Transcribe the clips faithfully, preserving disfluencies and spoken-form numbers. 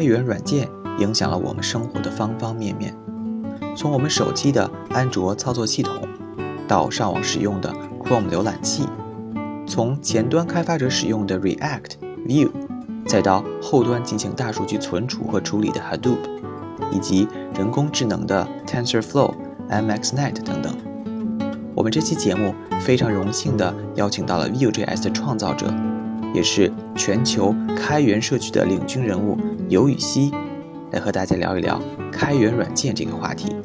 开源软件影响了我们生活的方方面面，从我们手机的安卓操作系统，到上网使用的 Chrome 浏览器，从前端开发者使用的 React、Vue， 再到后端进行大数据存储和处理的 Hadoop， 以及人工智能的 TensorFlow、M X Net 等等。我们这期节目非常荣幸地邀请到了 Vue.js 的创造者，也是全球开源社区的领军人物尤禹锡，来和大家聊一聊开源软件这个话题。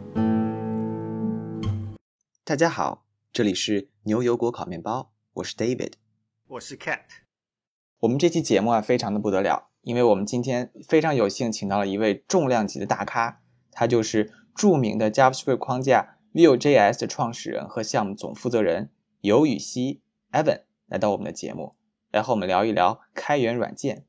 大家好，这里是牛油果烤面包，我是 David， 我是 Cat。 我们这期节目啊非常的不得了，因为我们今天非常有幸请到了一位重量级的大咖，他就是著名的 JavaScript 框架 Vue.js 的创始人和项目总负责人尤禹锡 Evan 来到我们的节目，来和我们聊一聊开源软件。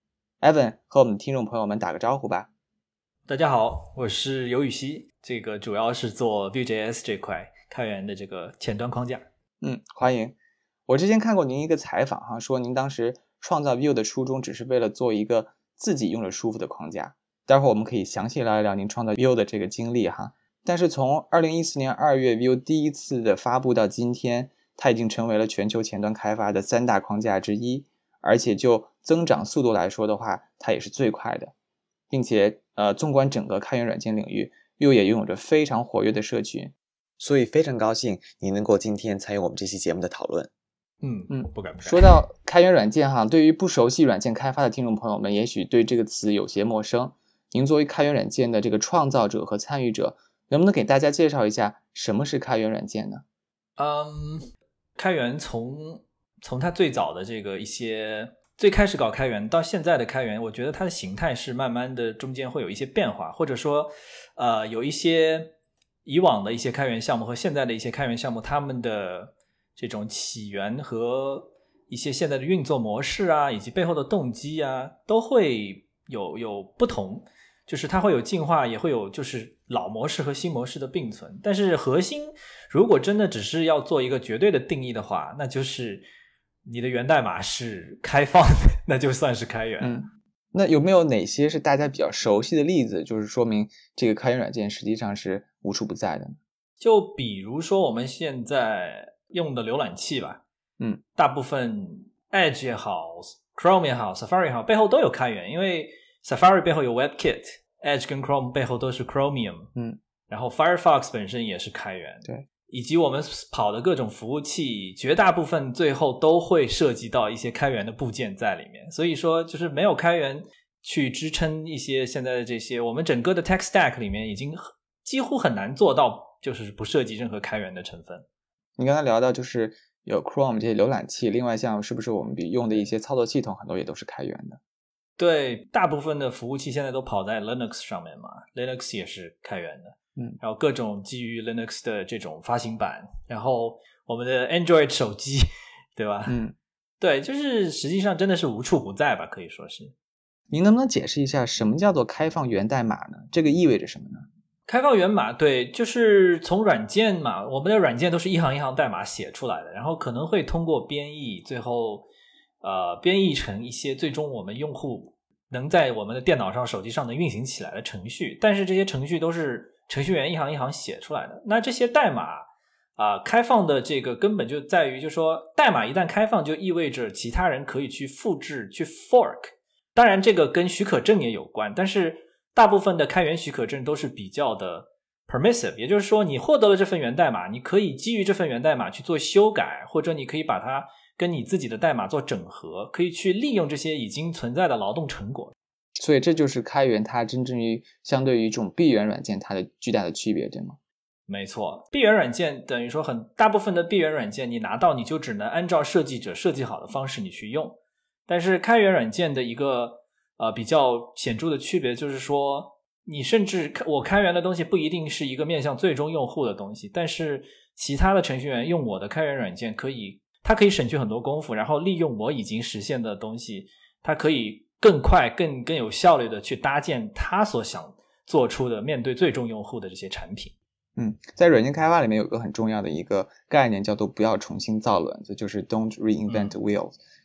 Evan 和我们听众朋友们打个招呼吧。 大家好，我是尤禹锡，这个主要是做 Vue.js 这块开源的这个前端框架。 嗯，欢迎。我之前看过您一个采访哈，说您当时创造 Vue 的初衷只是为了做一个自己用着舒服的框架。待会儿我们可以详细聊一聊您创造 Vue 的这个经历哈。但是从二零一四年二月 Vue 第一次的发布到今天，它已经成为了全球前端开发的三大框架之一，而且就增长速度来说的话，它也是最快的。并且呃，纵观整个开源软件领域， Vue 也拥有着非常活跃的社群，所以非常高兴你能够今天参与我们这期节目的讨论。 嗯嗯，不敢不敢。 说到开源软件哈，对于不熟悉软件开发的听众朋友们，也许对这个词有些陌生。您作为开源软件的这个创造者和参与者，能不能给大家介绍一下什么是开源软件呢？ 嗯，开源从从它最早的这个一些最开始搞开源到现在的开源，我觉得它的形态是慢慢的中间会有一些变化，或者说呃有一些以往的一些开源项目和现在的一些开源项目，他们的这种起源和一些现在的运作模式啊，以及背后的动机啊，都会有有不同，就是它会有进化，也会有就是老模式和新模式的并存。但是核心如果真的只是要做一个绝对的定义的话，那就是你的源代码是开放的，那就算是开源。 嗯，那有没有哪些是大家比较熟悉的例子，就是说明这个开源软件实际上是无处不在的呢？ 就比如说我们现在用的浏览器吧， 嗯， 大部分 Edge 也好 Chrome 也好 Safari 也好，背后都有开源，因为 Safari 背后有 WebKit， Edge 跟 Chrome 背后都是 Chromium， 嗯， 然后 Firefox 本身也是开源， 对， 以及我们跑的各种服务器，绝大部分最后都会涉及到一些开源的部件在里面。所以说就是没有开源去支撑一些现在的这些，我们整个的 tech stack 里面已经几乎很难做到就是不涉及任何开源的成分。 你刚才聊到就是有 Chrome 这些浏览器，另外像是不是我们比用的一些操作系统很多也都是开源的？ 对，大部分的服务器现在都跑在 Linux 上面嘛， Linux 也是开源的。 嗯， 然后各种基于 Linux 的这种发行版，然后我们的 Android 手机，对吧？ 嗯， 对，就是实际上真的是无处不在吧，可以说是。 您能不能解释一下什么叫做开放源代码呢？这个意味着什么呢？ 开放源码，对，就是从软件嘛，我们的软件都是一行一行代码写出来的，然后可能会通过编译，最后呃编译成一些最终我们用户能在我们的电脑上、手机上能运行起来的程序，但是这些程序都是程序员一行一行写出来的。那这些代码啊、呃，开放的这个根本就在于，就是说代码一旦开放，就意味着其他人可以去复制、去 fork。当然，这个跟许可证也有关，但是大部分的开源许可证都是比较的 permissive， 也就是说你获得了这份源代码，你可以基于这份源代码去做修改，或者你可以把它跟你自己的代码做整合，可以去利用这些已经存在的劳动成果。 所以这就是开源它真正于相对于这种闭源软件它的巨大的区别，对吗？ 没错，闭源软件等于说很大部分的闭源软件你拿到你就只能按照设计者设计好的方式你去用，但是开源软件的一个呃比较显著的区别就是说，你甚至我开源的东西不一定是一个面向最终用户的东西，但是其他的程序员用我的开源软件可以，他可以省去很多功夫，然后利用我已经实现的东西，他可以更快更更有效率的去搭建他所想做出的面对最终用户的这些产品。 嗯，在软件开发里面有个很重要的一个概念叫做不要重新造轮子，就是 don't reinvent wheels、嗯、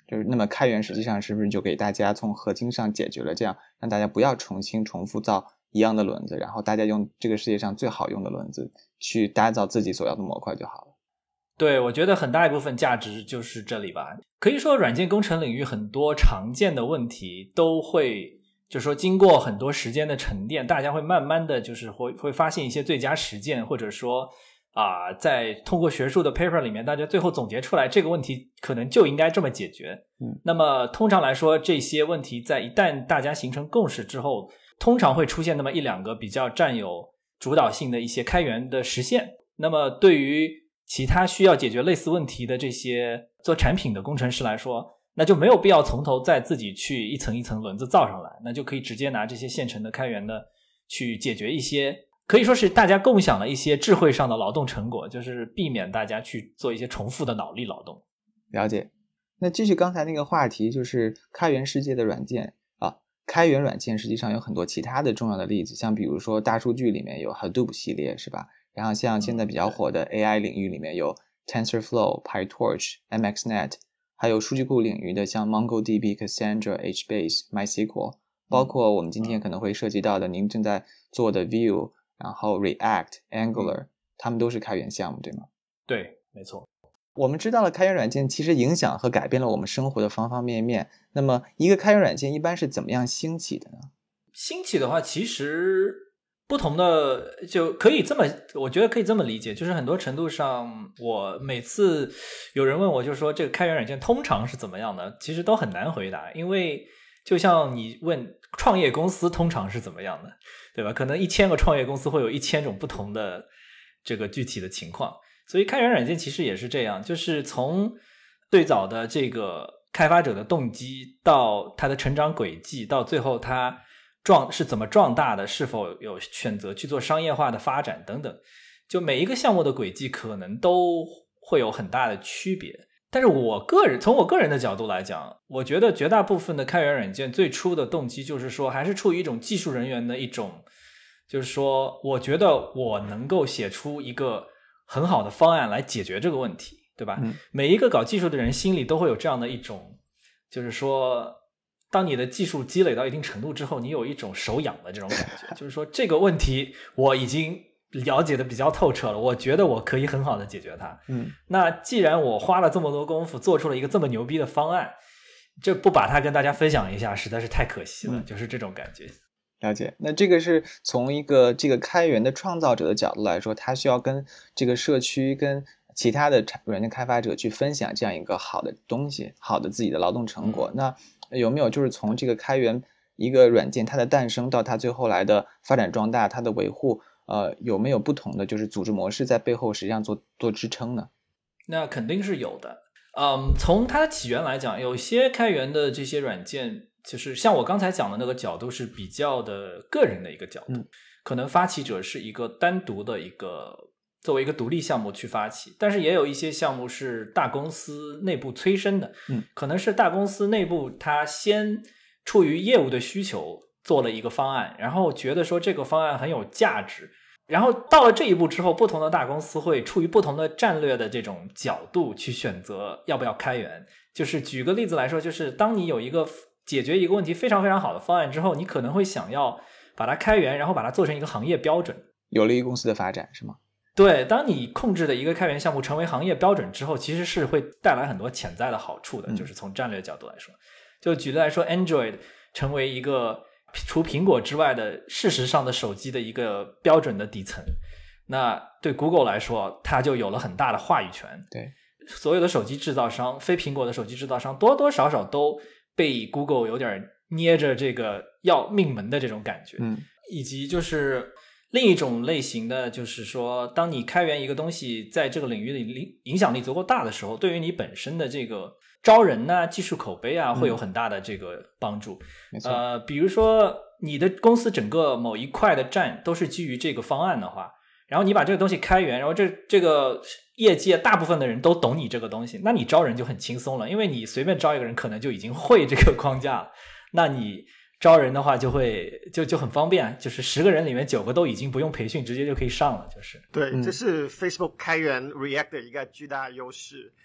就是那么开源实际上是不是就给大家从核心上解决了，这样让大家不要重新重复造一样的轮子，然后大家用这个世界上最好用的轮子去打造自己所要的模块就好了。 对，我觉得很大一部分价值就是这里吧。可以说软件工程领域很多常见的问题都会就是说经过很多时间的沉淀，大家会慢慢的就是会会发现一些最佳实践，或者说啊、呃，在通过学术的 paper 里面大家最后总结出来这个问题可能就应该这么解决。 嗯， 那么通常来说这些问题在一旦大家形成共识之后，通常会出现那么一两个比较占有主导性的一些开源的实现。那么对于其他需要解决类似问题的这些做产品的工程师来说，那就没有必要从头再自己去一层一层轮子造上来，那就可以直接拿这些现成的开源的去解决一些可以说是大家共享了一些智慧上的劳动成果，就是避免大家去做一些重复的脑力劳动。 了解。那继续刚才那个话题，就是开源世界的软件啊，开源软件实际上有很多其他的重要的例子，像比如说大数据里面有 Hadoop 系列是吧，然后像现在比较火的 A I 领域里面有 TensorFlow、PyTorch、MXNet， 还有数据库领域的像 MongoDB、Cassandra、HBase、MySQL， 包括我们今天可能会涉及到的您正在做的 Vue， 然后 React、Angular， 他们都是开源项目对吗？ 对，没错。 我们知道了开源软件其实影响和改变了我们生活的方方面面，那么一个开源软件一般是怎么样兴起的呢？ 兴起的话其实不同的就可以这么我觉得可以这么理解，就是很多程度上我每次有人问我就说这个开源软件通常是怎么样的，其实都很难回答，因为就像你问创业公司通常是怎么样的，对吧？可能一千个创业公司会有一千种不同的这个具体的情况，所以开源软件其实也是这样，就是从最早的这个开发者的动机到它的成长轨迹，到最后它壮是怎么壮大的，是否有选择去做商业化的发展等等，就每一个项目的轨迹可能都会有很大的区别。但是我个人从我个人的角度来讲，我觉得绝大部分的开源软件最初的动机就是说还是出于一种技术人员的一种，就是说我觉得我能够写出一个很好的方案来解决这个问题，对吧？ 嗯， 每一个搞技术的人心里都会有这样的一种，就是说当你的技术积累到一定程度之后，你有一种手痒的这种感觉，就是说这个问题我已经了解的比较透彻了，我觉得我可以很好的解决它。 嗯， 那既然我花了这么多功夫做出了一个这么牛逼的方案，这不把它跟大家分享一下实在是太可惜了、嗯、就是这种感觉。 了解。那这个是从一个这个开源的创造者的角度来说，他需要跟这个社区跟其他的软件开发者去分享这样一个好的东西，好的自己的劳动成果、嗯、那有没有就是从这个开源一个软件它的诞生到它最后来的发展壮大，它的维护，呃，有没有不同的就是组织模式在背后实际上做做支撑呢？ 那肯定是有的。嗯，从它的起源来讲，有些开源的这些软件就是像我刚才讲的那个角度是比较的个人的一个角度、嗯、可能发起者是一个单独的一个作为一个独立项目去发起，但是也有一些项目是大公司内部催生的， 嗯， 可能是大公司内部它先出于业务的需求做了一个方案，然后觉得说这个方案很有价值，然后到了这一步之后，不同的大公司会出于不同的战略的这种角度去选择要不要开源。就是举个例子来说，就是当你有一个解决一个问题非常非常好的方案之后，你可能会想要把它开源，然后把它做成一个行业标准， 有利于公司的发展是吗？ 对，当你控制的一个开源项目成为行业标准之后，其实是会带来很多潜在的好处的、嗯、就是从战略角度来说，就举例来说 Android 成为一个除苹果之外的事实上的手机的一个标准的底层，那对 Google 来说它就有了很大的话语权。 对， 所有的手机制造商，非苹果的手机制造商多多少少都被 Google 有点捏着这个要命门的这种感觉。 嗯， 以及就是另一种类型的，就是说当你开源一个东西在这个领域里影响力足够大的时候，对于你本身的这个招人啊、技术口碑啊，会有很大的这个帮助。 没错， 呃，比如说你的公司整个某一块的站都是基于这个方案的话，然后你把这个东西开源，然后这这个业界大部分的人都懂你这个东西，那你招人就很轻松了，因为你随便招一个人可能就已经会这个框架了，那你招人的话就会就就很方便，就是十个人里面九个都已经不用培训，直接就可以上了，就是对、 嗯、 这是 Facebook 开源 React 的一个巨大优势。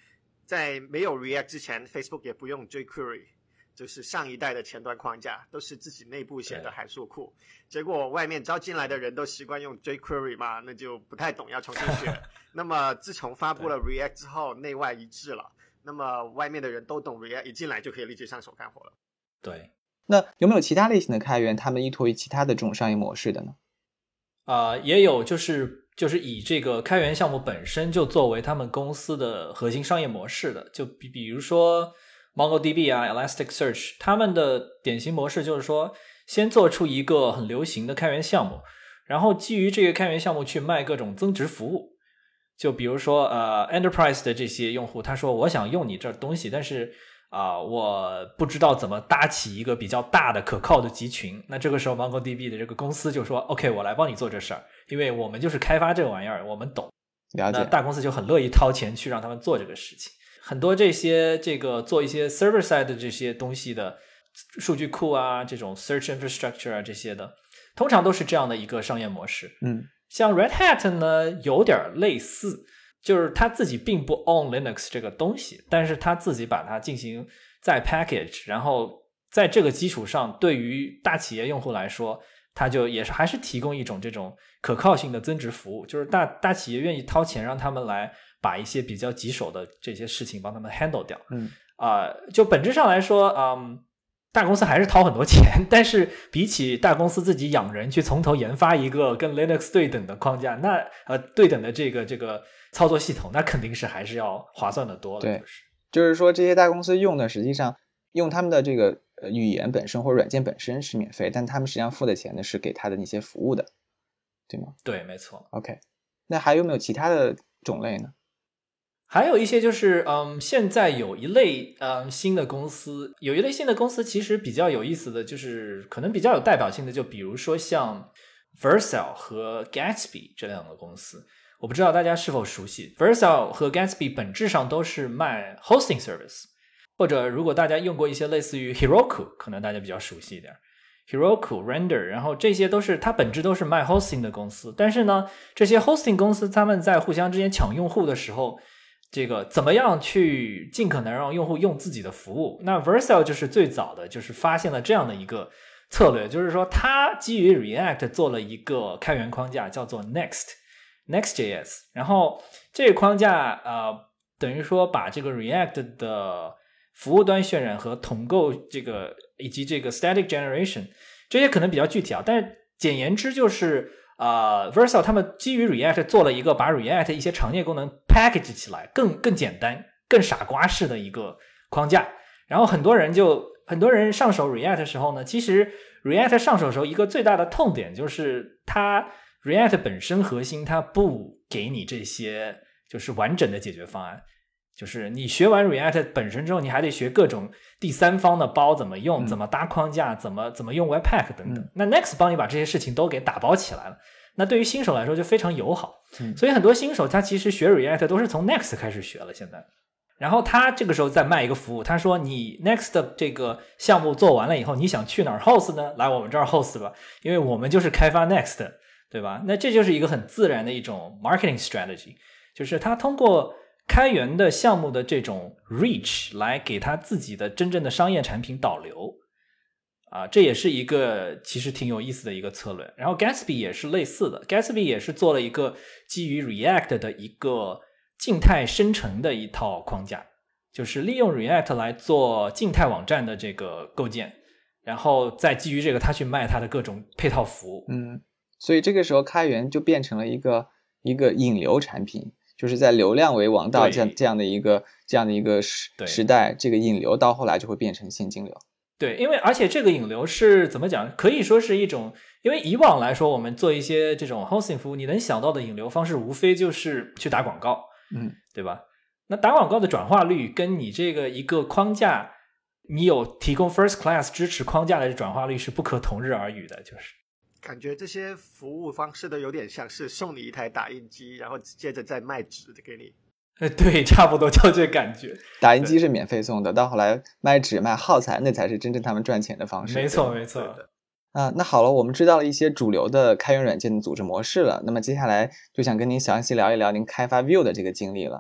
在没有 React 之前 Facebook 也不用 jQuery， 就是上一代的前端框架都是自己内部写的函数库，结果外面招进来的人都习惯用 jQuery 嘛，那就不太懂，要重新学那么自从发布了 React 之后内外一致了，那么外面的人都懂 React， 一进来就可以立即上手干活了。 对， 那有没有其他类型的开源他们依托于其他的这种商业模式的呢？ 呃，也有就是就是以这个开源项目本身就作为他们公司的核心商业模式的，就比比如说 MongoDB 啊 Elasticsearch， 他们的典型模式就是说先做出一个很流行的开源项目，然后基于这个开源项目去卖各种增值服务。就比如说呃 Enterprise 的这些用户，他说我想用你这东西，但是啊、呃，我不知道怎么搭起一个比较大的可靠的集群。那这个时候 MongoDB 的这个公司就说 OK 我来帮你做这事儿，因为我们就是开发这个玩意儿，我们懂。 了解。 那大公司就很乐意掏钱去让他们做这个事情。很多这些这个做一些 server side 的这些东西的数据库啊，这种 search infrastructure 啊这些的，通常都是这样的一个商业模式。 嗯， 像 Red Hat 呢有点类似，就是他自己并不 own Linux 这个东西，但是他自己把它进行再 package， 然后在这个基础上，对于大企业用户来说，他就也是还是提供一种这种可靠性的增值服务，就是大大企业愿意掏钱让他们来把一些比较棘手的这些事情帮他们 handle 掉。 嗯， 啊、呃，就本质上来说，嗯，大公司还是掏很多钱，但是比起大公司自己养人去从头研发一个跟 Linux 对等的框架，那呃对等的这个这个操作系统，那肯定是还是要划算的多了。 对， 就是， 就是说这些大公司用的实际上用他们的这个语言本身或者软件本身是免费，但他们实际上付的钱呢是给他的那些服务的，对吗？ 对，没错。 OK， 那还有没有其他的种类呢？ 还有一些就是，嗯，现在有一类嗯新的公司，有一类新的公司其实比较有意思的就是，可能比较有代表性的，就比如说像 Vercel 和 Gatsby 这两个公司，我不知道大家是否熟悉。Vercel 和 Gatsby 本质上都是卖 hosting service， 或者如果大家用过一些类似于 Heroku， 可能大家比较熟悉一点。Heroku Render， 然后这些都是它本质都是卖 hosting 的公司，但是呢，这些 hosting 公司他们在互相之间抢用户的时候，这个怎么样去尽可能让用户用自己的服务？那 Vercel 就是最早的，就是发现了这样的一个策略，就是说它基于 React 做了一个开源框架，叫做 Next Next.js， 然后这个框架呃等于说把这个 React 的服务端渲染和统构这个以及这个 static generation 这些可能比较具体啊，但是简言之就是呃 Vercel 他们基于 React 做了一个把 React 一些常见功能 package 起来更更简单更傻瓜式的一个框架，然后很多人就很多人上手 React 的时候呢，其实 React 上手的时候一个最大的痛点就是它 React 本身核心它不给你这些就是完整的解决方案，就是你学完 React 本身之后，你还得学各种第三方的包怎么用、嗯、怎么搭框架、怎么怎么用 Webpack 等等、嗯、那 Next 帮你把这些事情都给打包起来了，那对于新手来说就非常友好、嗯、所以很多新手他其实学 React 都是从 Next 开始学了现在，然后他这个时候再卖一个服务，他说你 Next 的这个项目做完了以后，你想去哪儿 host 呢？来我们这儿 host 吧，因为我们就是开发 Next， 对吧？那这就是一个很自然的一种 marketing strategy， 就是他通过开源的项目的这种 reach 来给他自己的真正的商业产品导流啊，这也是一个其实挺有意思的一个策略。然后 Gatsby 也是类似的， Gatsby 也是做了一个基于 React 的一个静态生成的一套框架，就是利用 React 来做静态网站的这个构建，然后再基于这个他去卖他的各种配套服务。 嗯，所以这个时候开源就变成了一个一个引流产品，就是在流量为王道这样这样的一个这样的一个时时代，这个引流到后来就会变成现金流。 对，因为而且这个引流是怎么讲，可以说是一种，因为以往来说我们做一些这种 hosting 服务，你能想到的引流方式无非就是去打广告， 嗯， 对吧？那打广告的转化率跟你这个一个框架，你有提供 first class 支持框架的转化率是不可同日而语的，就是感觉这些服务方式都有点像是送你一台打印机，然后接着再卖纸给你。 呃，对，差不多就这感觉。 打印机是免费送的，到后来卖纸卖耗材，那才是真正他们赚钱的方式。 没错，没错。 啊，那好了，我们知道了一些主流的开源软件的组织模式了，那么接下来就想跟您详细聊一聊您开发 Vue 的这个经历了。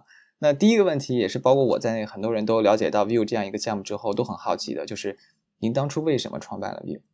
那第一个问题也是包括我在内很多人都了解到 Vue 这样一个项目之后都很好奇的，就是您当初为什么创办了 Vue？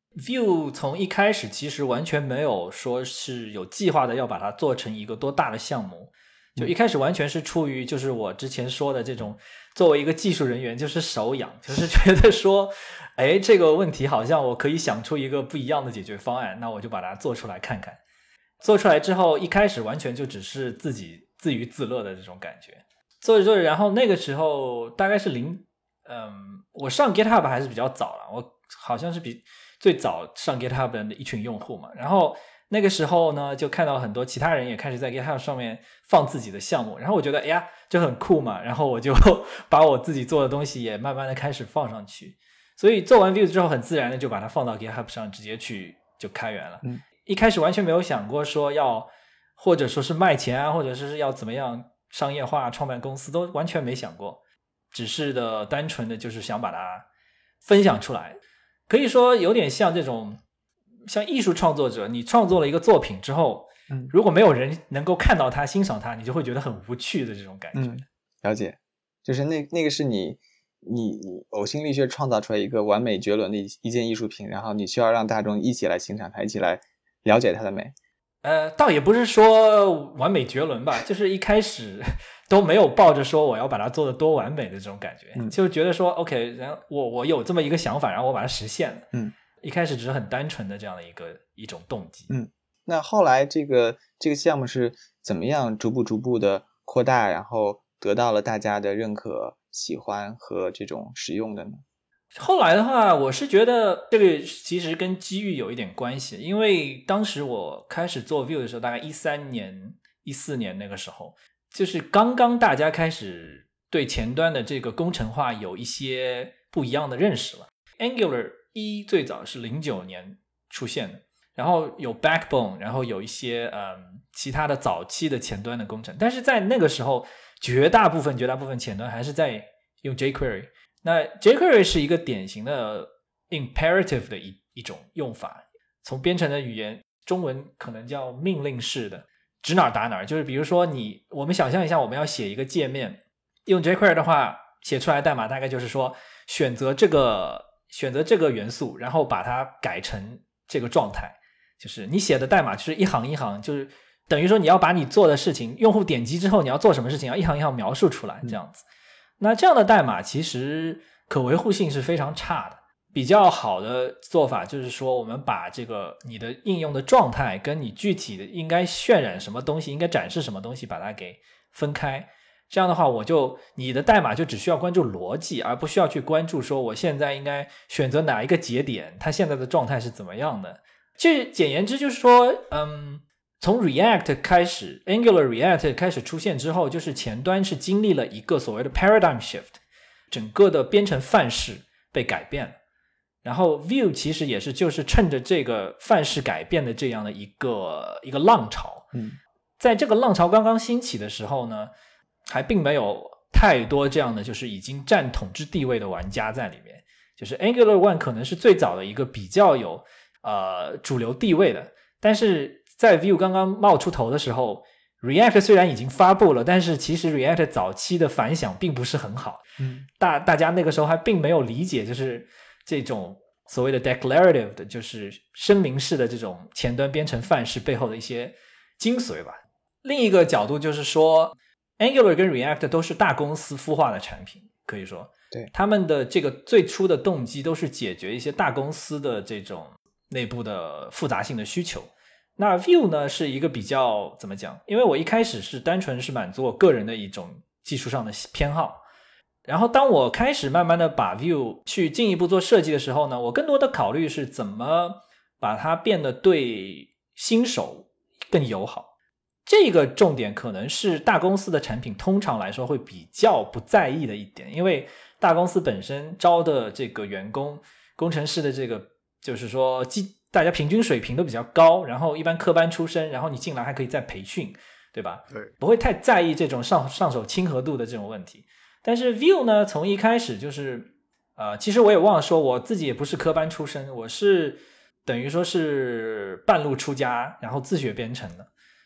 Vue 从一开始其实完全没有说是有计划的要把它做成一个多大的项目，就一开始完全是出于就是我之前说的这种作为一个技术人员就是手痒，就是觉得说哎，这个问题好像我可以想出一个不一样的解决方案，那我就把它做出来看看。做出来之后一开始完全就只是自己自娱自乐的这种感觉，做着做着，然后那个时候大概是零嗯，我上 GitHub 还是比较早了，我好像是比最早上 GitHub 的一群用户嘛，然后那个时候呢就看到很多其他人也开始在 GitHub 上面放自己的项目，然后我觉得哎呀就很酷嘛，然后我就把我自己做的东西也慢慢的开始放上去，所以做完 Vue 之后很自然的就把它放到 GitHub 上直接去就开源了。 嗯， 一开始完全没有想过说要或者说是卖钱啊，或者是要怎么样商业化创办公司，都完全没想过，只是的单纯的就是想把它分享出来。可以说有点像这种像艺术创作者，你创作了一个作品之后， 嗯， 如果没有人能够看到它欣赏它，你就会觉得很无趣的这种感觉。 嗯，了解，就是那那个是你你你呕心沥血创造出来一个完美绝伦的一一件艺术品，然后你需要让大众一起来欣赏它，一起来了解它的美。 呃，倒也不是说完美绝伦吧，就是一开始都没有抱着说我要把它做得多完美的这种感觉， 嗯， 就觉得说 OK， 然后我我有这么一个想法，然后我把它实现了。 嗯， 一开始只是很单纯的这样的一个一种动机。 嗯，那后来这个这个项目是怎么样逐步逐步的扩大，然后得到了大家的认可、喜欢和这种使用的呢？ 后来的话，我是觉得这个其实跟机遇有一点关系，因为当时我开始做 Vue 的时候，大概一三年、一四年那个时候，就是刚刚大家开始对前端的这个工程化有一些不一样的认识了。Angular 一最早是零九年出现的，然后有 Backbone， 然后有一些嗯其他的早期的前端的工程，但是在那个时候，绝大部分绝大部分前端还是在用 jQuery。那 jQuery 是一个典型的 imperative 的一一种用法，从编程的语言，中文可能叫命令式的，指哪儿打哪儿。就是比如说你，我们想象一下，我们要写一个界面，用 jQuery 的话，写出来的代码大概就是说，选择这个选择这个元素，然后把它改成这个状态。就是你写的代码就是一行一行，就是等于说你要把你做的事情，用户点击之后你要做什么事情，要一行一行描述出来，这样子。那这样的代码其实可维护性是非常差的，比较好的做法就是说，我们把这个你的应用的状态跟你具体的应该渲染什么东西，应该展示什么东西，把它给分开。这样的话，我就你的代码就只需要关注逻辑，而不需要去关注说我现在应该选择哪一个节点，它现在的状态是怎么样的。这简言之就是说，嗯。从 React 开始 Angular React 开始出现之后，就是前端是经历了一个所谓的 paradigm shift， 整个的编程范式被改变了，然后 Vue 其实也是就是趁着这个范式改变的这样的一个一个浪潮。 嗯， 在这个浪潮刚刚兴起的时候呢，还并没有太多这样的就是已经占统治地位的玩家在里面，就是 Angular One 可能是最早的一个比较有呃主流地位的，但是在 Vue 刚刚冒出头的时候， React 虽然已经发布了，但是其实 React 早期的反响并不是很好。 嗯， 大大家那个时候还并没有理解就是这种所谓的 declarative 的，就是声明式的这种前端编程范式背后的一些精髓吧。另一个角度就是说 Angular 跟 React 都是大公司孵化的产品，可以说对， 他们的这个最初的动机都是解决一些大公司的这种内部的复杂性的需求。那 Vue 呢是一个比较怎么讲，因为我一开始是单纯是满足我个人的一种技术上的偏好，然后当我开始慢慢的把 Vue 去进一步做设计的时候呢，我更多的考虑是怎么把它变得对新手更友好。这个重点可能是大公司的产品通常来说会比较不在意的一点，因为大公司本身招的这个员工工程师的这个就是说基大家平均水平都比较高，然后一般科班出身，然后你进来还可以再培训，对吧？ 对， 不会太在意这种上上手亲和度的这种问题。但是 Vue 呢，从一开始就是呃，其实我也忘了说，我自己也不是科班出身，我是等于说是半路出家，然后自学编程的。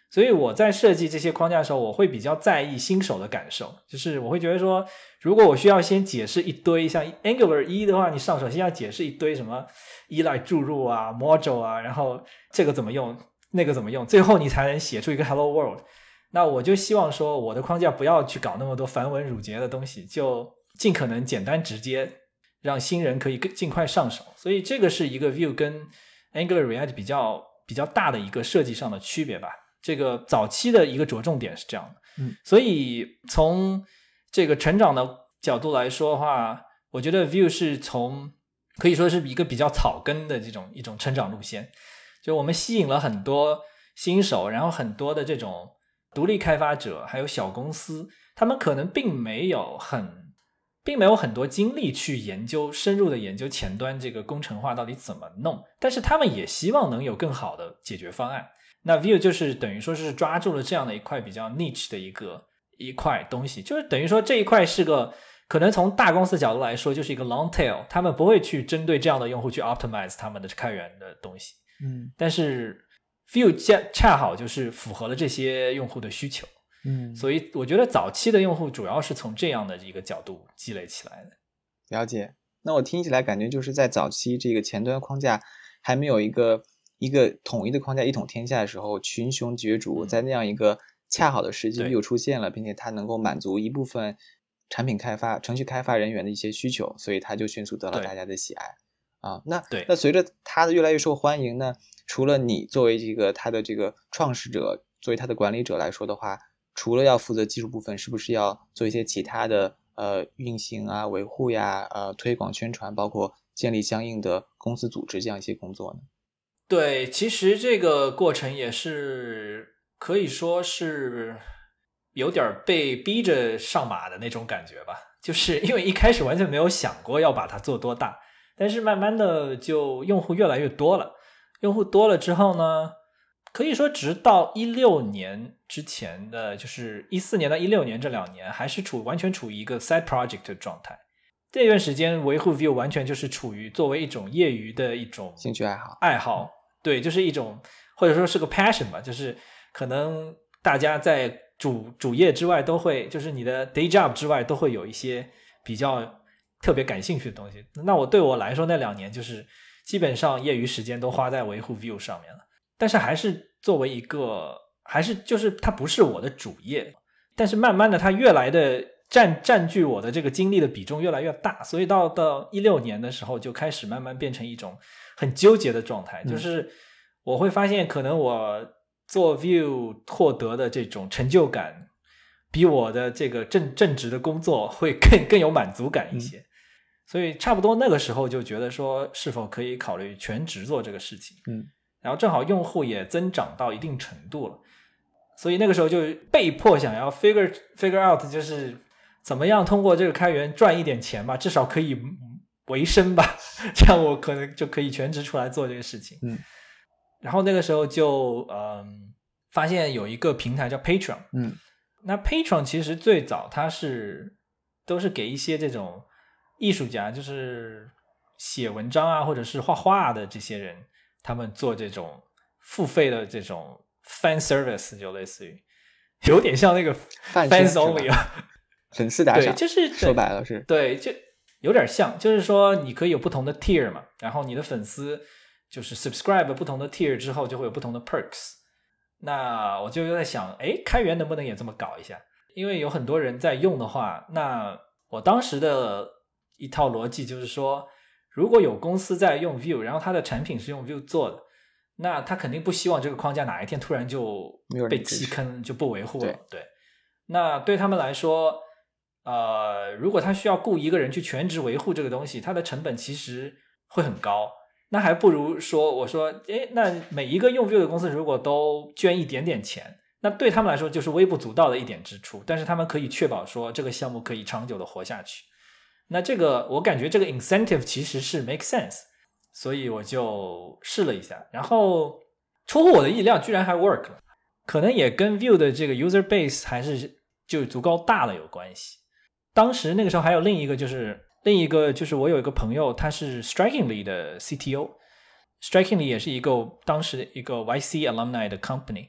所以我在设计这些框架的时候，我会比较在意新手的感受，就是我会觉得说，如果我需要先解释一堆，像 Angular 一的话，你上手先要解释一堆什么依赖注入啊 module 啊，然后这个怎么用那个怎么用，最后你才能写出一个 hello world。 那我就希望说我的框架不要去搞那么多繁文缛节的东西，就尽可能简单直接，让新人可以尽快上手。所以这个是一个 Vue 跟 Angular React 比较比较大的一个设计上的区别吧。这个早期的一个着重点是这样的。 嗯， 所以从这个成长的角度来说的话，我觉得 Vue 是从可以说是一个比较草根的这种一种成长路线，就我们吸引了很多新手，然后很多的这种独立开发者还有小公司，他们可能并没有很并没有很多精力去研究深入的研究前端这个工程化到底怎么弄，但是他们也希望能有更好的解决方案。那 Vue 就是等于说是抓住了这样的一块比较 niche 的一个一块东西，就是等于说这一块是个可能从大公司角度来说就是一个 long tail， 他们不会去针对这样的用户去 optimize 他们的开源的东西。 嗯， 但是 Vue 恰恰好就是符合了这些用户的需求。 嗯， 所以我觉得早期的用户主要是从这样的一个角度积累起来的。 了解。那我听起来感觉就是在早期这个前端框架还没有一个一个统一的框架一统天下的时候，群雄角逐，在那样一个恰好的时机又出现了，并且它能够满足一部分产品开发程序开发人员的一些需求，所以它就迅速得了大家的喜爱啊。那对， 那随着它的越来越受欢迎呢，除了你作为这个它的这个创始者，作为它的管理者来说的话，除了要负责技术部分，是不是要做一些其他的呃运行啊、维护呀、呃推广宣传，包括建立相应的公司组织这样一些工作呢？ 对，其实这个过程也是可以说是有点被逼着上马的那种感觉吧，就是因为一开始完全没有想过要把它做多大，但是慢慢的就用户越来越多了，用户多了之后呢，可以说直到一六年之前的就是一四年到一六年这两年还是处完全处于一个 side project 的状态。这段时间维护 Vue 完全就是处于作为一种业余的一种兴趣爱好爱好，对，就是一种或者说是个 passion 吧，就是可能大家在主主业之外都会，就是你的 day job 之外都会有一些比较特别感兴趣的东西。那我对我来说那两年就是基本上业余时间都花在维护 Vue 上面了，但是还是作为一个还是就是它不是我的主业，但是慢慢的它越来的占占据我的这个精力的比重越来越大，所以到到一六年的时候就开始慢慢变成一种很纠结的状态，就是我会发现可能我做 Vue 获得的这种成就感比我的这个正正职的工作会更更有满足感一些、嗯、所以差不多那个时候就觉得说是否可以考虑全职做这个事情。 嗯， 然后正好用户也增长到一定程度了，所以那个时候就被迫想要 figure figure out 就是怎么样通过这个开源赚一点钱吧，至少可以维生吧，这样我可能就可以全职出来做这个事情。 嗯， 然后那个时候就嗯发现有一个平台叫 Patreon。 嗯， 那 Patreon 其实最早它是都是给一些这种艺术家，就是写文章啊或者是画画的这些人，他们做这种付费的这种 fan service， 就类似于有点像那个 fans only 啊， 粉丝打赏， 对，就是说白了是对，就有点像，就是说你可以有不同的 tier 嘛，然后你的粉丝就是 subscribe 不同的 tier 之后就会有不同的 perks。 那我就在想，诶，开源能不能也这么搞一下，因为有很多人在用的话，那我当时的一套逻辑就是说，如果有公司在用 Vue， 然后他的产品是用 Vue 做的，那他肯定不希望这个框架哪一天突然就被弃坑，就不维护了。 对, 对，那对他们来说呃，如果他需要雇一个人去全职维护这个东西，他的成本其实会很高，那还不如说我说诶，那每一个用 Vue 的公司如果都捐一点点钱，那对他们来说就是微不足道的一点支出，但是他们可以确保说这个项目可以长久的活下去。那这个我感觉这个 incentive 其实是 make sense， 所以我就试了一下，然后出乎我的意料居然还 work 了，可能也跟 Vue 的这个 user base 还是就足够大了有关系。当时那个时候还有另一个就是另一个就是我有一个朋友，他是 Strikingly 的 C T O， Strikingly 也是一个当时一个 Y C alumni 的 company，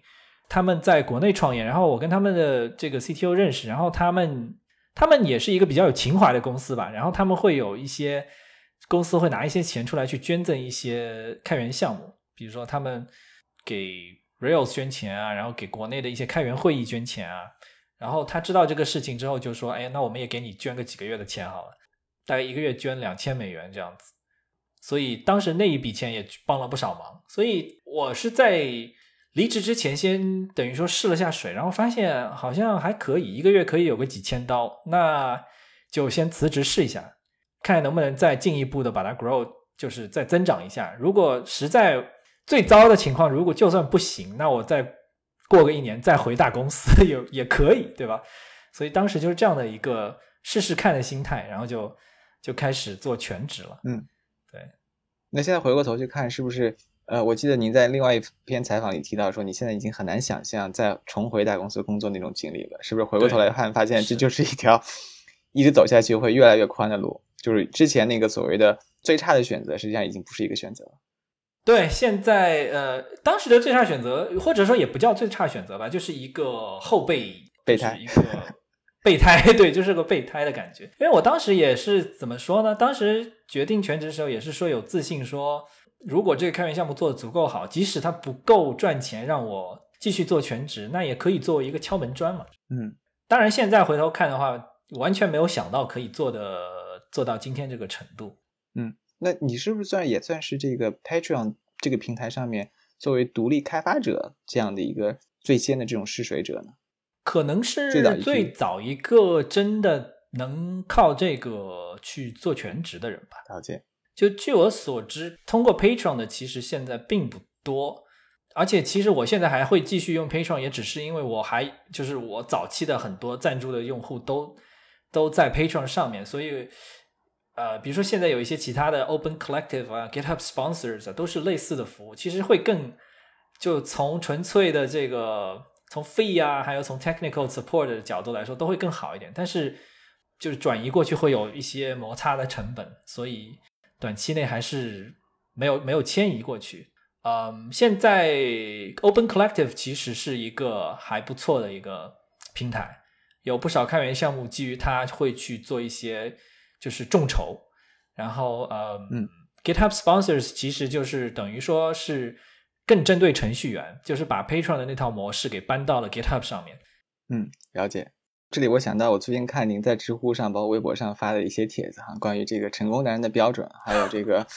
他们在国内创业，然后我跟他们的这个 C T O 认识，然后他们他们也是一个比较有情怀的公司吧，然后他们会有一些公司会拿一些钱出来去捐赠一些开源项目，比如说他们给 Rails 捐钱啊，然后给国内的一些开源会议捐钱啊，然后他知道这个事情之后就说，哎，那我们也给你捐个几个月的钱好了，大概一个月捐两千美元这样子，所以当时那一笔钱也帮了不少忙，所以我是在离职之前先等于说试了下水，然后发现好像还可以，一个月可以有个几千刀，那就先辞职试一下，看能不能再进一步的把它 grow， 就是再增长一下，如果实在最糟的情况，如果就算不行，那我再过个一年再回大公司也也可以，对吧？所以当时就是这样的一个试试看的心态，然后就就开始做全职了。 嗯， 对。 那现在回过头去看，是不是呃，我记得您在另外一篇采访里提到说，你现在已经很难想象再重回大公司工作那种经历了，是不是？回过头来看，发现这就是一条一直走下去会越来越宽的路，就是之前那个所谓的最差的选择，实际上已经不是一个选择了。 对，现在呃，当时的最差选择，或者说也不叫最差选择吧，就是一个后备备胎， 就是一个备胎，对，就是个备胎的感觉。因为我当时也是怎么说呢？当时决定全职的时候，也是说有自信说，如果这个开源项目做得足够好，即使它不够赚钱，让我继续做全职，那也可以作为一个敲门砖嘛。 嗯， 当然现在回头看的话，完全没有想到可以做的做到今天这个程度。 嗯。那你是不是算也算是这个 Patreon 这个平台上面作为独立开发者这样的一个最先的这种试水者呢？ 可能是最早一个真的能靠这个去做全职的人吧。 了解。 就据我所知，通过 Patreon 的其实现在并不多，而且其实我现在还会继续用 Patreon， 也只是因为我还就是我早期的很多赞助的用户都都在 Patreon 上面，所以呃，比如说现在有一些其他的 Open Collective 啊 GitHub Sponsors 啊，都是类似的服务，其实会更就从纯粹的这个从 fee 啊还有从 technical support 的角度来说都会更好一点，但是就是转移过去会有一些摩擦的成本，所以短期内还是没有没有迁移过去。嗯，现在 Open Collective 其实是一个还不错的一个平台，有不少开源项目基于它会去做一些就是众筹，然后呃、嗯、GitHub Sponsors 其实就是等于说是更针对程序员，就是把 Patreon 的那套模式给搬到了 GitHub 上面。 嗯，了解。这里我想到我最近看您在知乎上包括微博上发的一些帖子哈，关于这个成功男人的标准，还有这个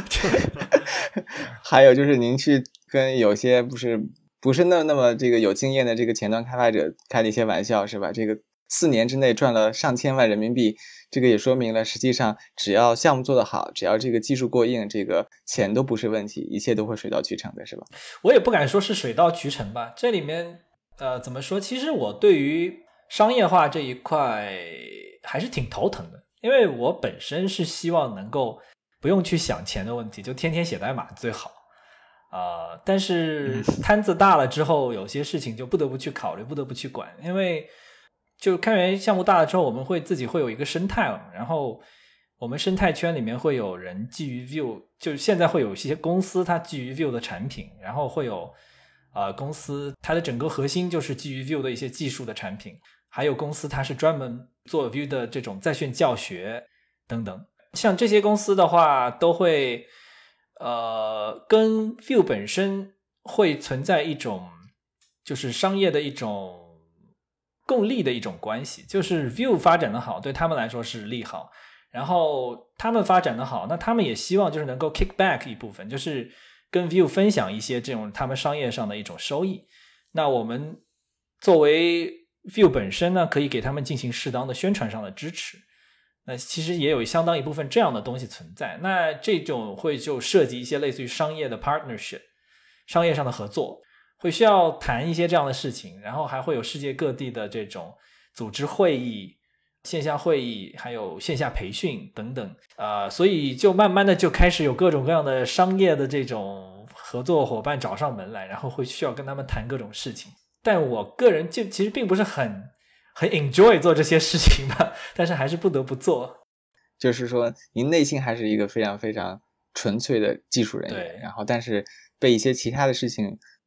还有就是您去跟有些不是不是那那么这个有经验的这个前端开发者开的一些玩笑是吧？这个四年之内赚了上千万人民币，这个也说明了实际上只要项目做得好，只要这个技术过硬，这个钱都不是问题，一切都会水到渠成的是吧？ 我也不敢说是水到渠成吧，这里面呃怎么说，其实我对于商业化这一块还是挺头疼的，因为我本身是希望能够不用去想钱的问题，就天天写代码最好啊、呃。但是摊子大了之后，有些事情就不得不去考虑，不得不去管，因为就开源项目大了之后，我们会自己会有一个生态了，然后我们生态圈里面会有人基于 Vue， 就现在会有一些公司它基于 Vue 的产品，然后会有呃公司它的整个核心就是基于 Vue 的一些技术的产品，还有公司它是专门做 Vue 的这种在线教学等等。像这些公司的话都会呃跟 Vue 本身会存在一种就是商业的一种共利的一种关系，就是 Vue 发展的好对他们来说是利好，然后他们发展的好，那他们也希望就是能够 kick back 一部分，就是跟 Vue 分享一些这种他们商业上的一种收益。那我们作为 Vue 本身呢，可以给他们进行适当的宣传上的支持，那其实也有相当一部分这样的东西存在。那这种会就涉及一些类似于商业的 partnership， 商业上的合作，会需要谈一些这样的事情，然后还会有世界各地的这种组织会议、线下会议，还有线下培训等等，呃，所以就慢慢的就开始有各种各样的商业的这种合作伙伴找上门来，然后会需要跟他们谈各种事情。但我个人就其实并不是很很 enjoy 做这些事情吧，但是还是不得不做。 就是说您内心还是一个非常非常纯粹的技术人员，然后但是被一些其他的事情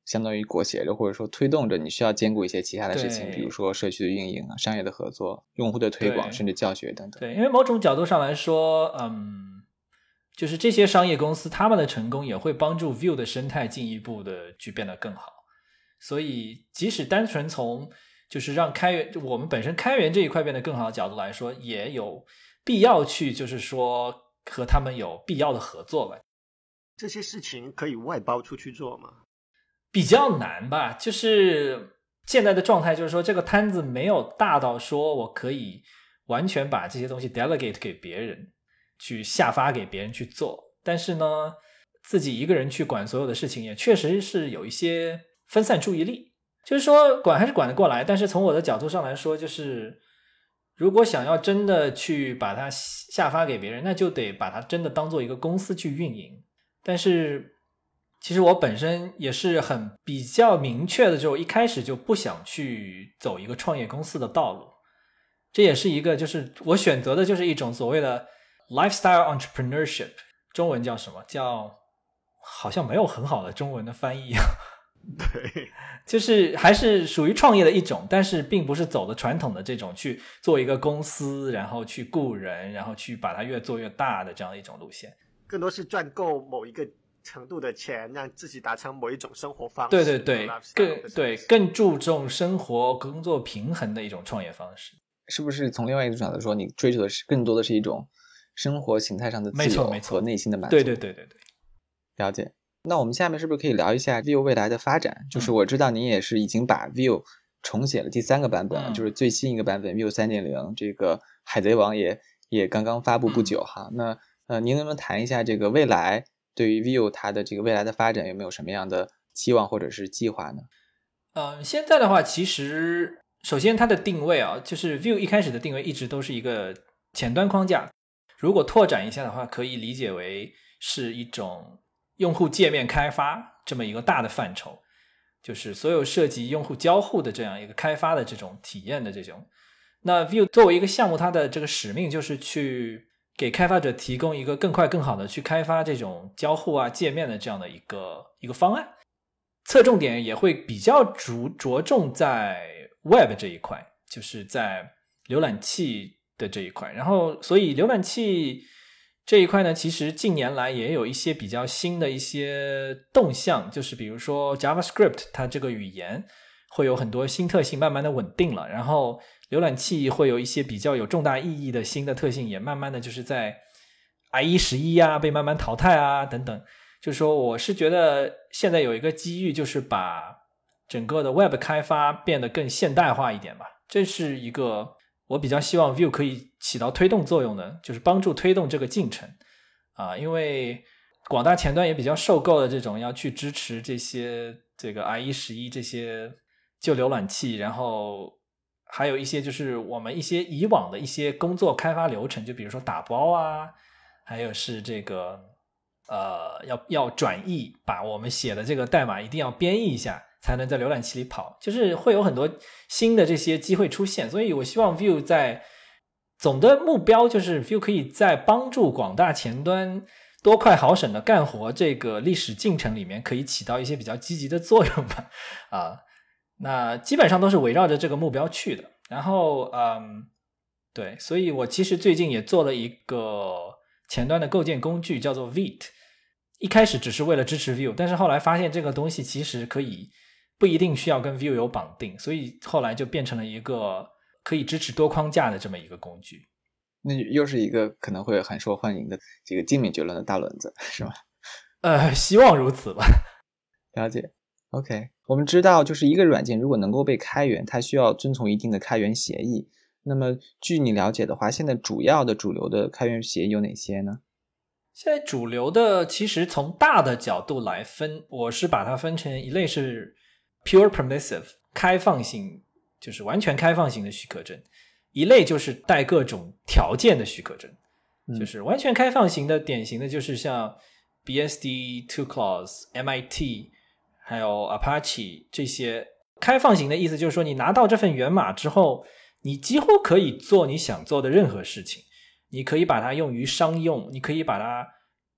相当于裹挟着或者说推动着你需要兼顾一些其他的事情， 对比如说社区的运营啊、商业的合作、用户的推广，甚至教学等等。 对，因为某种角度上来说，嗯，就是这些商业公司他们的成功也会帮助 Vue 的生态进一步的去变得更好。所以即使单纯从就是让开源我们本身开源这一块变得更好的角度来说，也有必要去就是说和他们有必要的合作吧。 这些事情可以外包出去做吗？ 比较难吧，就是现在的状态就是说这个摊子没有大到说我可以完全把这些东西 delegate 给别人，去下发给别人去做，但是呢自己一个人去管所有的事情也确实是有一些分散注意力，就是说管还是管得过来，但是从我的角度上来说，就是如果想要真的去把它下发给别人，那就得把它真的当做一个公司去运营。但是其实我本身也是很比较明确的，就一开始就不想去走一个创业公司的道路，这也是一个就是我选择的就是一种所谓的 lifestyle entrepreneurship， 中文叫什么，叫好像没有很好的中文的翻译对， 就是还是属于创业的一种，但是并不是走的传统的这种去做一个公司，然后去雇人，然后去把它越做越大的这样的一种路线， 更多是赚够某一个程度的钱，让自己达成某一种生活方式。 对对对，更对更注重生活工作平衡的一种创业方式。 是不是从另外一种角度说，你追求的是更多的是一种生活形态上的自由和内心的满足？ 对对对对对， 了解。那我们下面是不是可以聊一下 Vue 未来的发展？就是我知道您也是已经把 Vue 重写了第三个版本，嗯、就是最新一个版本 Vue 三点零， 这个海贼王也也刚刚发布不久哈。嗯、那呃，您能不能谈一下这个未来对于 Vue 它的这个未来的发展有没有什么样的期望或者是计划呢？ 呃，现在的话，其实首先它的定位啊，就是 Vue 一开始的定位一直都是一个前端框架，如果拓展一下的话，可以理解为是一种用户界面开发这么一个大的范畴，就是所有涉及用户交互的这样一个开发的这种体验的这种。那 Vue 作为一个项目，它的这个使命就是去给开发者提供一个更快更好的去开发这种交互啊界面的这样的一个一个方案，侧重点也会比较着着重在 Web 这一块，就是在浏览器的这一块。然后所以浏览器这一块呢，其实近年来也有一些比较新的一些动向，就是比如说 JavaScript 它这个语言会有很多新特性慢慢的稳定了，然后浏览器会有一些比较有重大意义的新的特性也慢慢的就是在 I E 十一 啊被慢慢淘汰啊等等。就是说我是觉得现在有一个机遇，就是把整个的 Web 开发变得更现代化一点吧，这是一个我比较希望 Vue 可以起到推动作用的，就是帮助推动这个进程啊，因为广大前端也比较受够了这种要去支持这些这个 I E 十一 这些旧浏览器，然后还有一些就是我们一些以往的一些工作开发流程，就比如说打包啊，还有是这个呃要要转译，把我们写的这个代码一定要编译一下才能在浏览器里跑，就是会有很多新的这些机会出现。所以我希望 Vue 在总的目标就是 Vue 可以在帮助广大前端多快好省的干活这个历史进程里面可以起到一些比较积极的作用吧。啊，那基本上都是围绕着这个目标去的。然后嗯，对，所以我其实最近也做了一个前端的构建工具叫做 Vite， 一开始只是为了支持 Vue， 但是后来发现这个东西其实可以不一定需要跟 Vue 有绑定，所以后来就变成了一个可以支持多框架的这么一个工具。 那又是一个可能会很受欢迎的这个精敏绝伦的大轮子，是吗？ 呃，希望如此吧。 了解。OK， 我们知道就是一个软件如果能够被开源，它需要遵从一定的开源协议。那么据你了解的话，现在主要的主流的开源协议有哪些呢？ 现在主流的其实从大的角度来分，我是把它分成一类是 pure permissive 开放性，就是完全开放型的许可证，一类就是带各种条件的许可证、嗯、就是完全开放型的典型的就是像 B S D、TwoClaws、M I T 还有 Apache 这些。开放型的意思就是说你拿到这份源码之后，你几乎可以做你想做的任何事情，你可以把它用于商用，你可以把它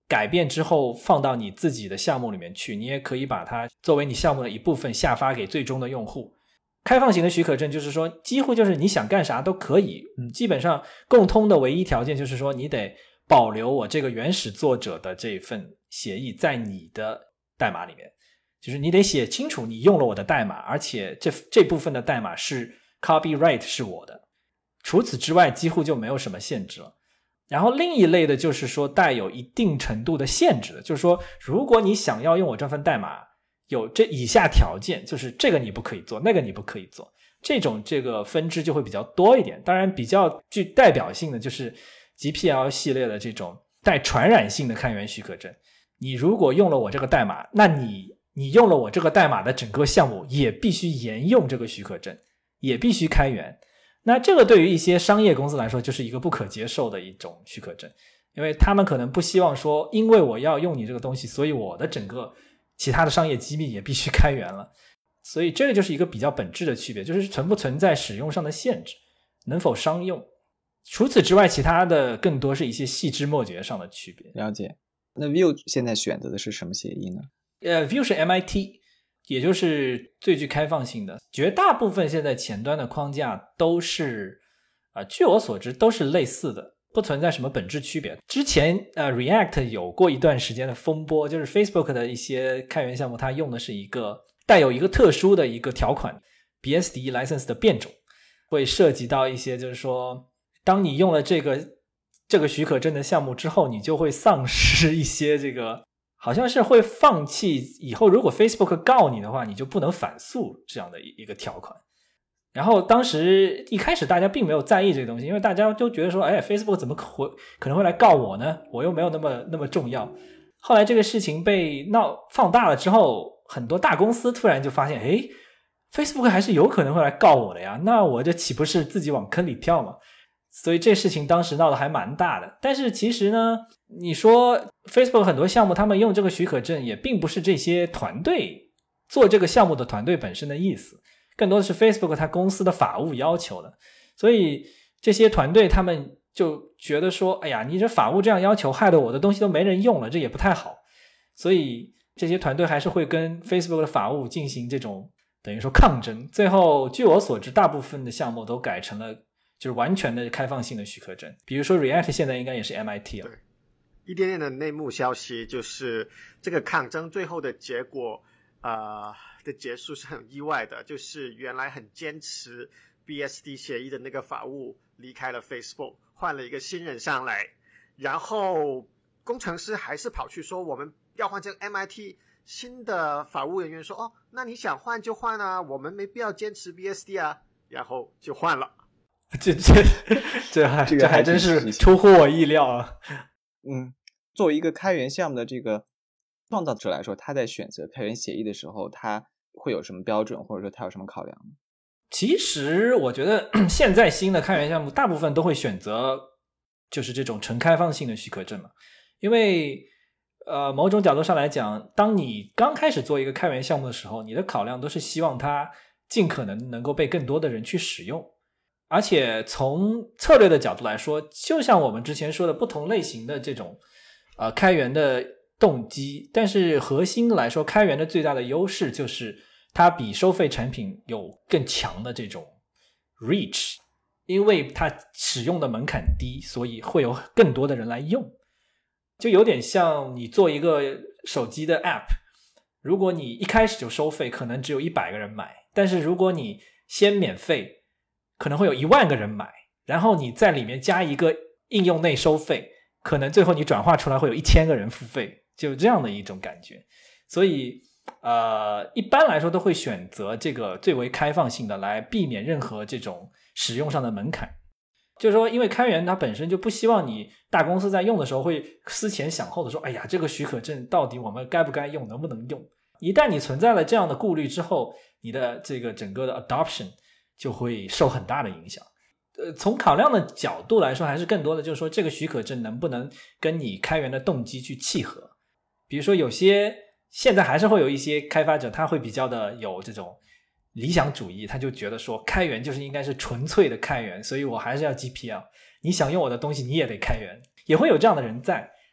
改变之后放到你自己的项目里面去，你也可以把它作为你项目的一部分下发给最终的用户。开放型的许可证就是说几乎就是你想干啥都可以，嗯，基本上共通的唯一条件就是说你得保留我这个原始作者的这份协议在你的代码里面，就是你得写清楚你用了我的代码，而且这这部分的代码是 copyright 是我的，除此之外几乎就没有什么限制了。然后另一类的就是说带有一定程度的限制的，就是说如果你想要用我这份代码，有这以下条件，就是这个你不可以做，那个你不可以做，这种这个分支就会比较多一点。当然比较具代表性的就是 G P L 系列的这种带传染性的开源许可证，你如果用了我这个代码，那你你用了我这个代码的整个项目也必须沿用这个许可证，也必须开源。那这个对于一些商业公司来说就是一个不可接受的一种许可证，因为他们可能不希望说因为我要用你这个东西，所以我的整个其他的商业机密也必须开源了。所以这个就是一个比较本质的区别，就是存不存在使用上的限制，能否商用。除此之外其他的更多是一些细枝末节上的区别。 了解。那 Vue 现在选择的是什么协议呢？ 呃 Vue 是 M I T， 也就是最具开放性的。绝大部分现在前端的框架都是呃，据我所知都是类似的，不存在什么本质区别。之前呃 React 有过一段时间的风波，就是 Facebook 的一些开源项目它用的是一个带有一个特殊的一个条款 B S D license 的变种，会涉及到一些就是说当你用了这个这个许可证的项目之后，你就会丧失一些这个好像是会放弃以后如果 Facebook 告你的话你就不能反诉这样的一个条款。然后当时一开始大家并没有在意这个东西，因为大家就觉得说哎 Facebook 怎么会可能会来告我呢，我又没有那么那么重要。后来这个事情被闹放大了之后，很多大公司突然就发现哎 Facebook 还是有可能会来告我的呀，那我这岂不是自己往坑里跳吗？所以这事情当时闹得还蛮大的。但是其实呢，你说 Facebook 很多项目他们用这个许可证也并不是这些团队做这个项目的团队本身的意思，更多的是 Facebook 它公司的法务要求的。所以这些团队他们就觉得说哎呀你这法务这样要求害得我的东西都没人用了，这也不太好。所以这些团队还是会跟 Facebook 的法务进行这种等于说抗争。最后据我所知大部分的项目都改成了就是完全的开放性的许可证，比如说 React 现在应该也是 M I T 了。 对，一点点的内幕消息就是这个抗争最后的结果呃的结束是很意外的，就是原来很坚持 B S D 协议的那个法务离开了 Facebook， 换了一个新人上来，然后工程师还是跑去说我们要换这个 M I T， 新的法务人员说哦那你想换就换啊，我们没必要坚持 B S D 啊，然后就换了。 这这这还这还真是出乎我意料啊！ 嗯，作为一个开源项目的这个创造者来说，他在选择开源协议的时候，他会有什么标准，或者说他有什么考量呢？ 其实我觉得现在新的开源项目大部分都会选择就是这种纯开放性的许可证嘛，因为呃某种角度上来讲，当你刚开始做一个开源项目的时候，你的考量都是希望它尽可能能够被更多的人去使用。而且从策略的角度来说，就像我们之前说的不同类型的这种呃开源的动机，但是核心来说开源的最大的优势就是它比收费产品有更强的这种 reach， 因为它使用的门槛低，所以会有更多的人来用。就有点像你做一个手机的 app， 如果你一开始就收费可能只有一百个人买，但是如果你先免费可能会有一万个人买，然后你在里面加一个应用内收费，可能最后你转化出来会有一千个人付费，就这样的一种感觉。所以呃，一般来说都会选择这个最为开放性的来避免任何这种使用上的门槛。就是说因为开源它本身就不希望你大公司在用的时候会思前想后的说哎呀这个许可证到底我们该不该用，能不能用。一旦你存在了这样的顾虑之后，你的这个整个的 adoption就会受很大的影响。呃，从考量的角度来说，还是更多的就是说这个许可证能不能跟你开源的动机去契合。比如说有些现在还是会有一些开发者他会比较的有这种理想主义，他就觉得说开源就是应该是纯粹的开源，所以我还是要 G P L， 你想用我的东西你也得开源，也会有这样的人在。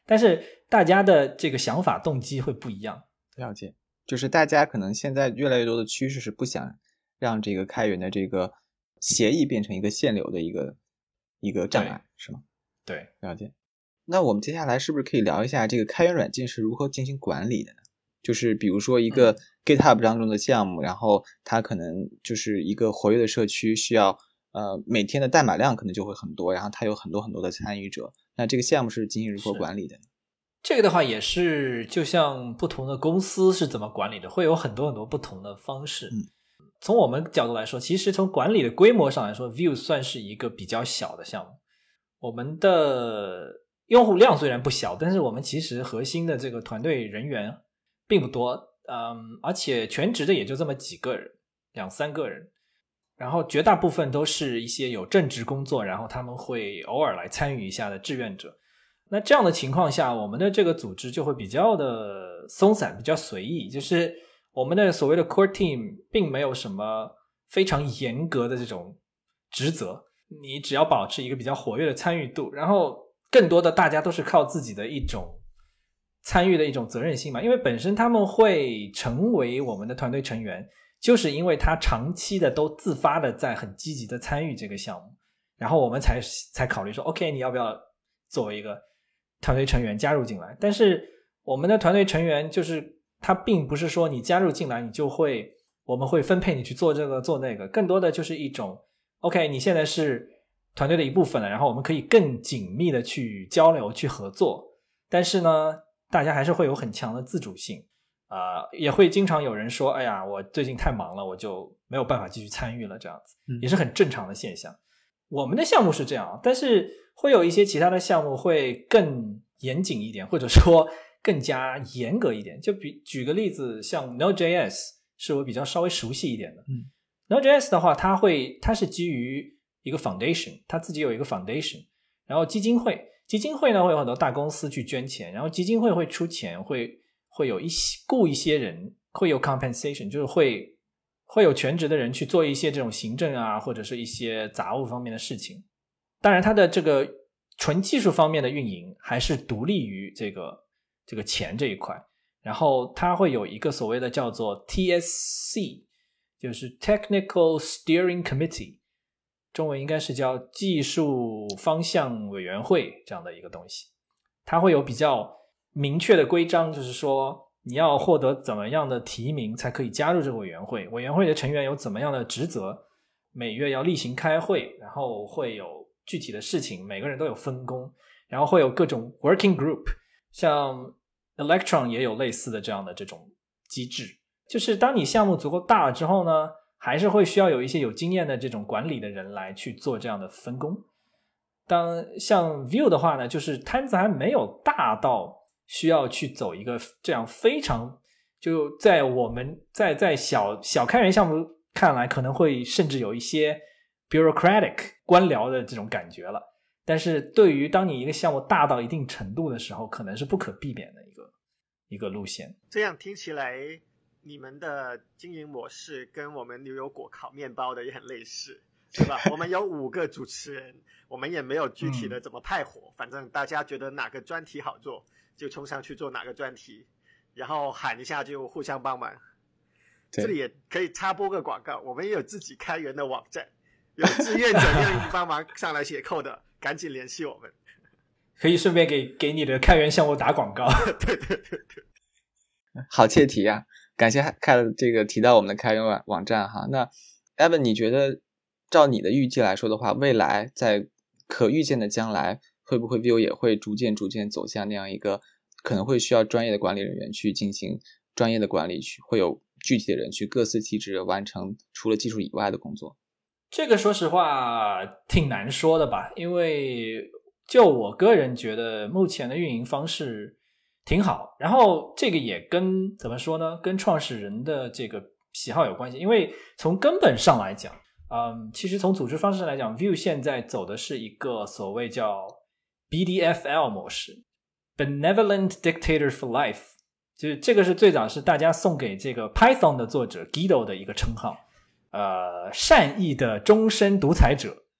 但是大家的这个想法动机会不一样。 了解，就是大家可能现在越来越多的趋势是不想让这个开源的这个协议变成一个限流的一个一个障碍，是吗？ 对， 了解。那我们接下来是不是可以聊一下这个开源软件是如何进行管理的呢？就是比如说一个 GitHub 当中的项目、嗯、然后它可能就是一个活跃的社区，需要呃每天的代码量可能就会很多，然后它有很多很多的参与者，那这个项目是进行如何管理的呢？ 这个的话也是就像不同的公司是怎么管理的，会有很多很多不同的方式。 嗯， 从我们角度来说，其实从管理的规模上来说 Vue 算是一个比较小的项目，我们的用户量虽然不小，但是我们其实核心的这个团队人员并不多，嗯，而且全职的也就这么几个人，两三个人，然后绝大部分都是一些有正职工作，然后他们会偶尔来参与一下的志愿者。那这样的情况下，我们的这个组织就会比较的松散，比较随意，就是我们的所谓的 core team 并没有什么非常严格的这种职责，你只要保持一个比较活跃的参与度，然后更多的大家都是靠自己的一种参与的一种责任心嘛，因为本身他们会成为我们的团队成员，就是因为他长期的都自发的在很积极的参与这个项目，然后我们才才考虑说 OK 你要不要作为一个团队成员加入进来。但是我们的团队成员就是他并不是说你加入进来你就会我们会分配你去做这个做那个，更多的就是一种 OK 你现在是团队的一部分了，然后我们可以更紧密的去交流去合作，但是呢大家还是会有很强的自主性，呃，也会经常有人说哎呀我最近太忙了我就没有办法继续参与了，这样子、嗯、也是很正常的现象。我们的项目是这样，但是会有一些其他的项目会更严谨一点，或者说更加严格一点。就比举个例子，像 Node.js 是我比较稍微熟悉一点的、嗯、Node.js 的话它会它是基于一个 foundation， 它自己有一个 foundation， 然后基金会基金会呢会有很多大公司去捐钱，然后基金会会出钱，会会有一些雇一些人，会有 compensation， 就是会会有全职的人去做一些这种行政啊或者是一些杂务方面的事情。当然它的这个纯技术方面的运营还是独立于这个这个钱这一块，然后它会有一个所谓的叫做 T S C， 就是 Technical Steering Committee， 中文应该是叫技术方向委员会这样的一个东西。它会有比较明确的规章，就是说你要获得怎么样的提名才可以加入这个委员会，委员会的成员有怎么样的职责，每月要例行开会，然后会有具体的事情，每个人都有分工，然后会有各种 working group， 像 Electron 也有类似的这样的这种机制。就是当你项目足够大了之后呢，还是会需要有一些有经验的这种管理的人来去做这样的分工。当像 Vue 的话呢，就是摊子还没有大到需要去走一个这样非常就在我们在在小小开源项目看来可能会甚至有一些 bureaucratic 官僚的这种感觉了，但是对于当你一个项目大到一定程度的时候，可能是不可避免的一个一个路线。 这样听起来你们的经营模式跟我们牛油果烤面包的也很类似，对吧？我们有五个主持人，我们也没有具体的怎么派活、嗯、反正大家觉得哪个专题好做就冲上去做哪个专题，然后喊一下就互相帮忙。这里也可以插播个广告，我们也有自己开源的网站，有志愿者愿意帮忙上来写扣的赶紧联系我们， 可以顺便给给你的开源项目打广告。 对对对对， 好切题啊！感谢看这个提到我们的开源网网站哈。那 Evan 你觉得照你的预计来说的话，未来在可预见的将来会不会 Vue 也会逐渐逐渐走向那样一个可能会需要专业的管理人员去进行专业的管理，会有具体的人去各司其职完成除了技术以外的工作？ 这个说实话挺难说的吧，因为就我个人觉得目前的运营方式挺好，然后这个也跟怎么说呢，跟创始人的这个喜好有关系。因为从根本上来讲，嗯，其实从组织方式来讲 Vue 现在走的是一个所谓叫 B D F L 模式， Benevolent Dictator for Life， 就是这个是最早是大家送给这个 Python 的作者 Guido 的一个称号，呃，善意的终身独裁者。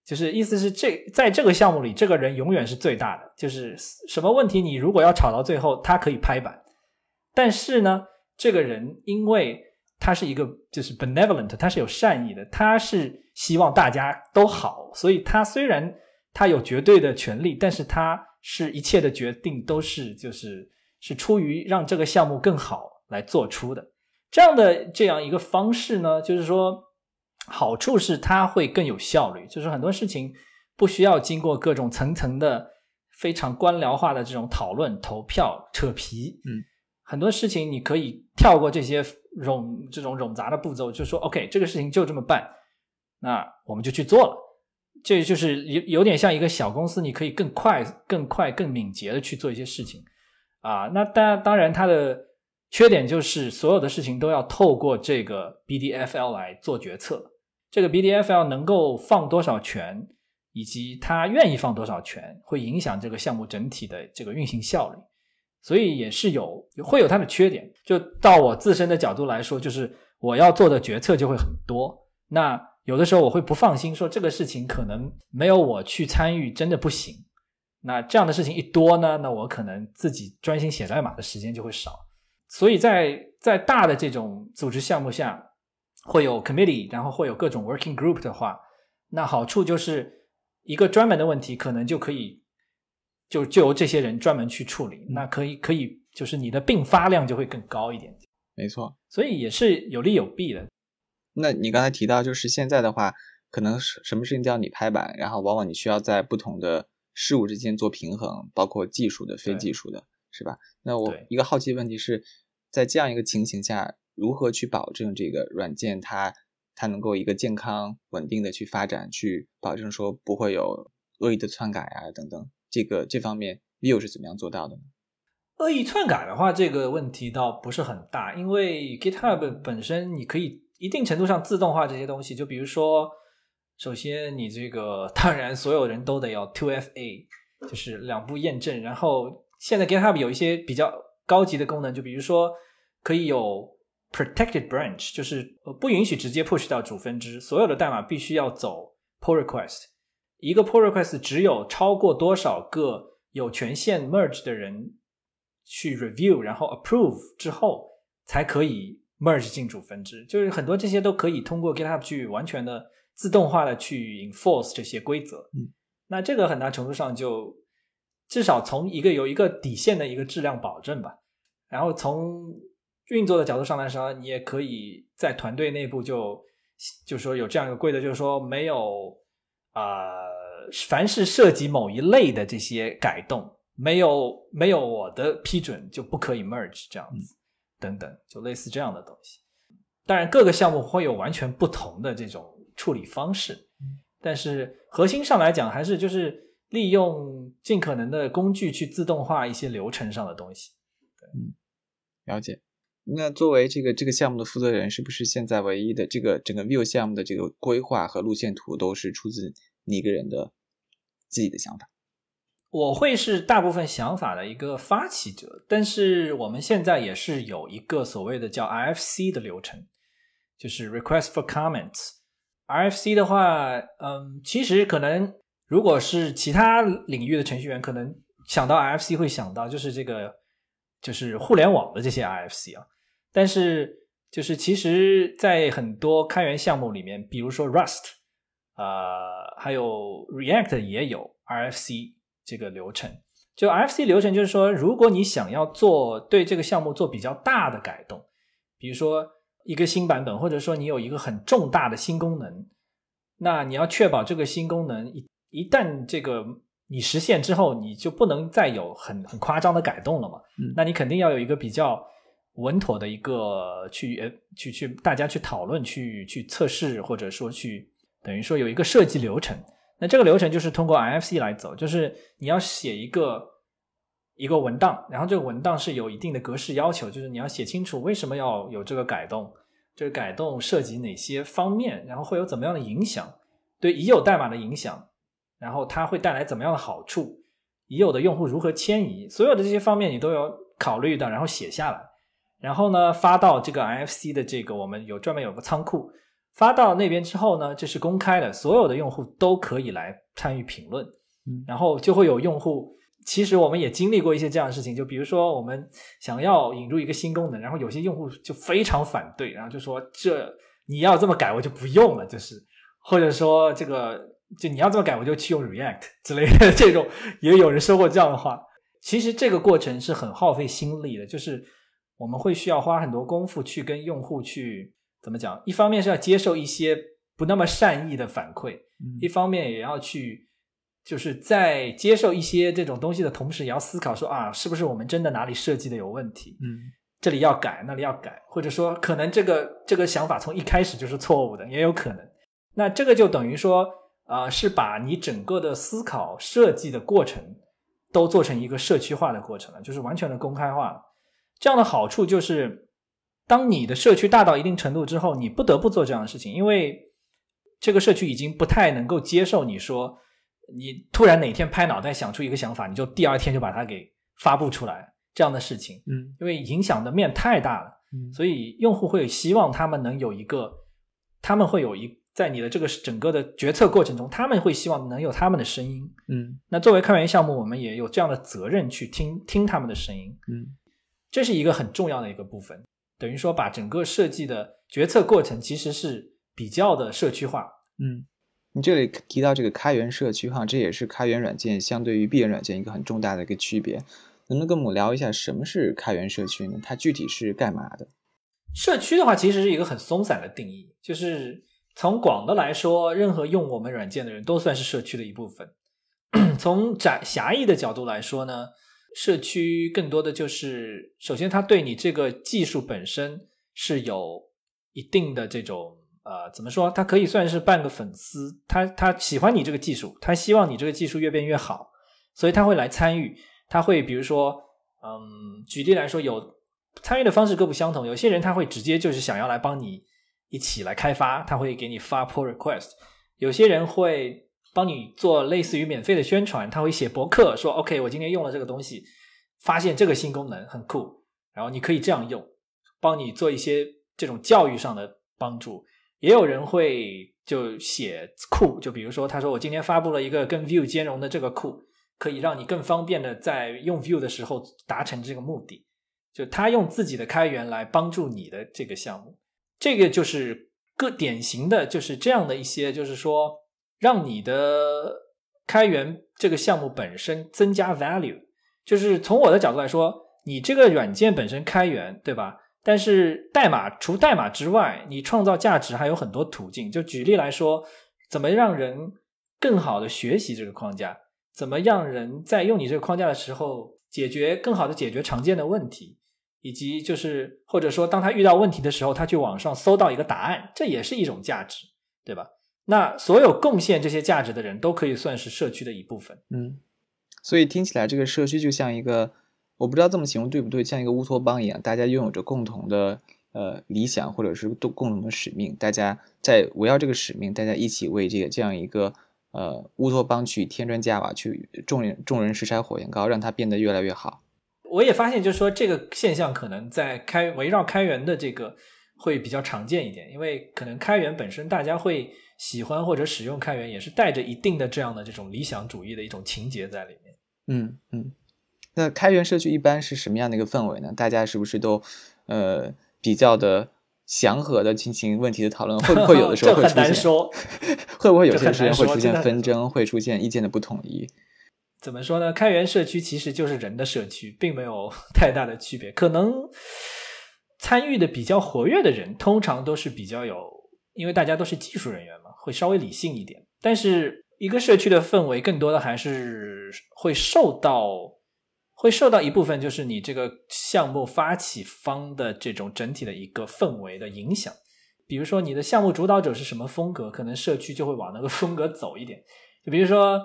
就是意思是这在这个项目里，这个人永远是最大的，就是什么问题你如果要吵到最后，他可以拍板。但是呢，这个人因为他是一个就是 benevolent， 他是有善意的，他是希望大家都好，所以他虽然他有绝对的权利，但是他是一切的决定都是就是是出于让这个项目更好来做出的。这样的这样一个方式呢，就是说好处是它会更有效率，就是很多事情不需要经过各种层层的非常官僚化的这种讨论、投票、扯皮。 嗯， 很多事情你可以跳过这些冗这种冗杂的步骤，就说 OK， 这个事情就这么办，那我们就去做了。这就是有有点像一个小公司，你可以更快、更快、更敏捷的去做一些事情啊。那当当然，它的缺点就是所有的事情都要透过这个 B D F L 来做决策。这个 B D F L 能够放多少权，以及他愿意放多少权，会影响这个项目整体的这个运行效率。所以也是有会有它的缺点。就到我自身的角度来说，就是我要做的决策就会很多。那有的时候我会不放心，说这个事情可能没有我去参与真的不行。那这样的事情一多呢，那我可能自己专心写代码的时间就会少。所以在在大的这种组织项目下，会有 committee， 然后会有各种 working group 的话，那好处就是一个专门的问题可能就可以就就由这些人专门去处理，那可以可以就是你的并发量就会更高一点。 没错， 所以也是有利有弊的。 那你刚才提到就是现在的话，可能什么事情都要你拍板，然后往往你需要在不同的事物之间做平衡，包括技术的非技术的，是吧？那我一个好奇的问题是，在这样一个情形下，如何去保证这个软件它它能够一个健康稳定的去发展，去保证说不会有恶意的篡改啊等等，这个这方面 Vue 是怎么样做到的呢？ 恶意篡改的话，这个问题倒不是很大，因为 GitHub 本身你可以一定程度上自动化这些东西。就比如说，首先你这个当然所有人都得要 two F A， 就是两步验证。然后现在 GitHub 有一些比较高级的功能，就比如说可以有 protected branch， 就是不允许直接 push 到主分支，所有的代码必须要走 pull request。一个 pull request 只有超过多少个有权限 merge 的人去 review 然后 approve 之后才可以 merge 进主分支，就是很多这些都可以通过 GitHub 去完全的自动化的去 enforce 这些规则。 嗯， 那这个很大程度上就至少从一个有一个底线的一个质量保证吧。然后从运作的角度上来说，你也可以在团队内部就就说有这样一个规则，就是说没有呃，凡是涉及某一类的这些改动，没有没有我的批准就不可以 merge 这样子、嗯、等等，就类似这样的东西。当然各个项目会有完全不同的这种处理方式、嗯、但是核心上来讲还是就是利用尽可能的工具去自动化一些流程上的东西。对， 嗯，了解。那作为这个这个项目的负责人，是不是现在唯一的这个整个 Vue 项目的这个规划和路线图都是出自你一个人的自己的想法？ 我会是大部分想法的一个发起者，但是我们现在也是有一个所谓的叫 R F C 的流程，就是 Request for Comments。R F C 的话，嗯，其实可能如果是其他领域的程序员，可能想到 R F C 会想到就是这个就是互联网的这些 R F C 啊。但是就是其实在很多开源项目里面，比如说 Rust 呃，还有 React 也有 R F C 这个流程。就 R F C 流程就是说，如果你想要做对这个项目做比较大的改动，比如说一个新版本，或者说你有一个很重大的新功能，那你要确保这个新功能一一旦这个你实现之后，你就不能再有很很夸张的改动了嘛、嗯、那你肯定要有一个比较稳妥的一个去呃去去大家去讨论去去测试，或者说去等于说有一个设计流程。那这个流程就是通过 R F C 来走，就是你要写一个一个文档，然后这个文档是有一定的格式要求，就是你要写清楚为什么要有这个改动，这个改动涉及哪些方面，然后会有怎么样的影响，对已有代码的影响，然后它会带来怎么样的好处，已有的用户如何迁移，所有的这些方面你都要考虑到，然后写下来，然后呢发到这个 R F C 的这个我们有专门有个仓库， 发到那边之后呢，这是公开的，所有的用户都可以来参与评论， 嗯， 然后就会有用户，其实我们也经历过一些这样的事情，就比如说我们想要引入一个新功能，然后有些用户就非常反对，然后就说这你要这么改我就不用了，就是或者说这个就你要这么改我就去用 React 之类的，这种也有人说过这样的话。其实这个过程是很耗费心力的，就是我们会需要花很多功夫去跟用户去怎么讲，一方面是要接受一些不那么善意的反馈， 嗯， 一方面也要去就是在接受一些这种东西的同时，也要思考说啊，是不是我们真的哪里设计的有问题， 嗯， 这里要改那里要改，或者说可能这个这个想法从一开始就是错误的，也有可能。那这个就等于说呃，是把你整个的思考设计的过程都做成一个社区化的过程了，就是完全的公开化了。这样的好处就是当你的社区大到一定程度之后，你不得不做这样的事情，因为这个社区已经不太能够接受你说你突然哪天拍脑袋想出一个想法，你就第二天就把它给发布出来这样的事情， 嗯， 因为影响的面太大了， 嗯， 所以用户会希望他们能有一个，他们会有一在你的这个整个的决策过程中，他们会希望能有他们的声音， 嗯， 那作为开源项目，我们也有这样的责任去听听他们的声音， 嗯， 这是一个很重要的一个部分，等于说把整个设计的决策过程其实是比较的社区化。 嗯，你这里提到这个开源社区哈，这也是开源软件相对于闭源软件一个很重大的一个区别。能不能跟我们聊一下什么是开源社区呢？它具体是干嘛的？ 社区的话其实是一个很松散的定义，就是从广的来说，任何用我们软件的人都算是社区的一部分。从窄狭义的角度来说呢，社区更多的就是首先它对你这个技术本身是有一定的这种呃，怎么说，它可以算是半个粉丝，他他喜欢你这个技术，他希望你这个技术越变越好，所以他会来参与，他会比如说嗯，举例来说，有参与的方式各不相同，有些人他会直接就是想要来帮你一起来开发，他会给你发 pull request， 有些人会帮你做类似于免费的宣传，他会写博客说 OK 我今天用了这个东西，发现这个新功能很酷，然后你可以这样用，帮你做一些这种教育上的帮助。也有人会就写库，就比如说他说我今天发布了一个跟 Vue 兼容的这个库，可以让你更方便的在用 Vue 的时候达成这个目的，就他用自己的开源来帮助你的这个项目。这个就是个典型的就是这样的一些，就是说让你的开源这个项目本身增加 value， 就是从我的角度来说，你这个软件本身开源对吧，但是代码除代码之外，你创造价值还有很多途径。就举例来说，怎么让人更好的学习这个框架，怎么让人在用你这个框架的时候解决更好的解决常见的问题，以及就是或者说当他遇到问题的时候他去网上搜到一个答案，这也是一种价值，对吧？那所有贡献这些价值的人都可以算是社区的一部分。 嗯，所以听起来这个社区就像一个，我不知道这么形容对不对，像一个乌托邦一样，大家拥有着共同的呃理想或者是共同的使命，大家在围绕这个使命，大家一起为这个这样一个呃乌托邦去添砖加瓦，去众人众人拾柴火焰高，让它变得越来越好。 我也发现就是说这个现象可能在开围绕开源的这个会比较常见一点，因为可能开源本身大家会喜欢或者使用开源也是带着一定的这样的这种理想主义的一种情节在里面。 嗯嗯，那开源社区一般是什么样的一个氛围呢？大家是不是都呃比较的祥和的进行问题的讨论？会不会有的时候会出现？ 这很难说。 会不会有些时间会出现纷争，会出现意见的不统一？ 怎么说呢？开源社区其实就是人的社区，并没有太大的区别。可能参与的比较活跃的人通常都是比较有，因为大家都是技术人员嘛，会稍微理性一点。但是一个社区的氛围更多的还是会受到会受到一部分就是你这个项目发起方的这种整体的一个氛围的影响。比如说你的项目主导者是什么风格，可能社区就会往那个风格走一点。就比如说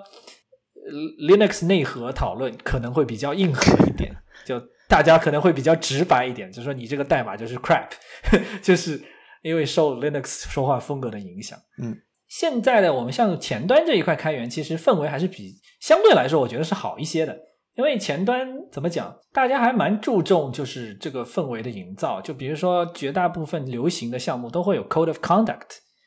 Linux 内核讨论可能会比较硬核一点，就大家可能会比较直白一点，就是说你这个代码就是 crap， 就是因为受 Linux 说话风格的影响。 嗯， 现在的我们像前端这一块开源，其实氛围还是比相对来说我觉得是好一些的，因为前端怎么讲，大家还蛮注重就是这个氛围的营造，就比如说绝大部分流行的项目都会有 code of conduct，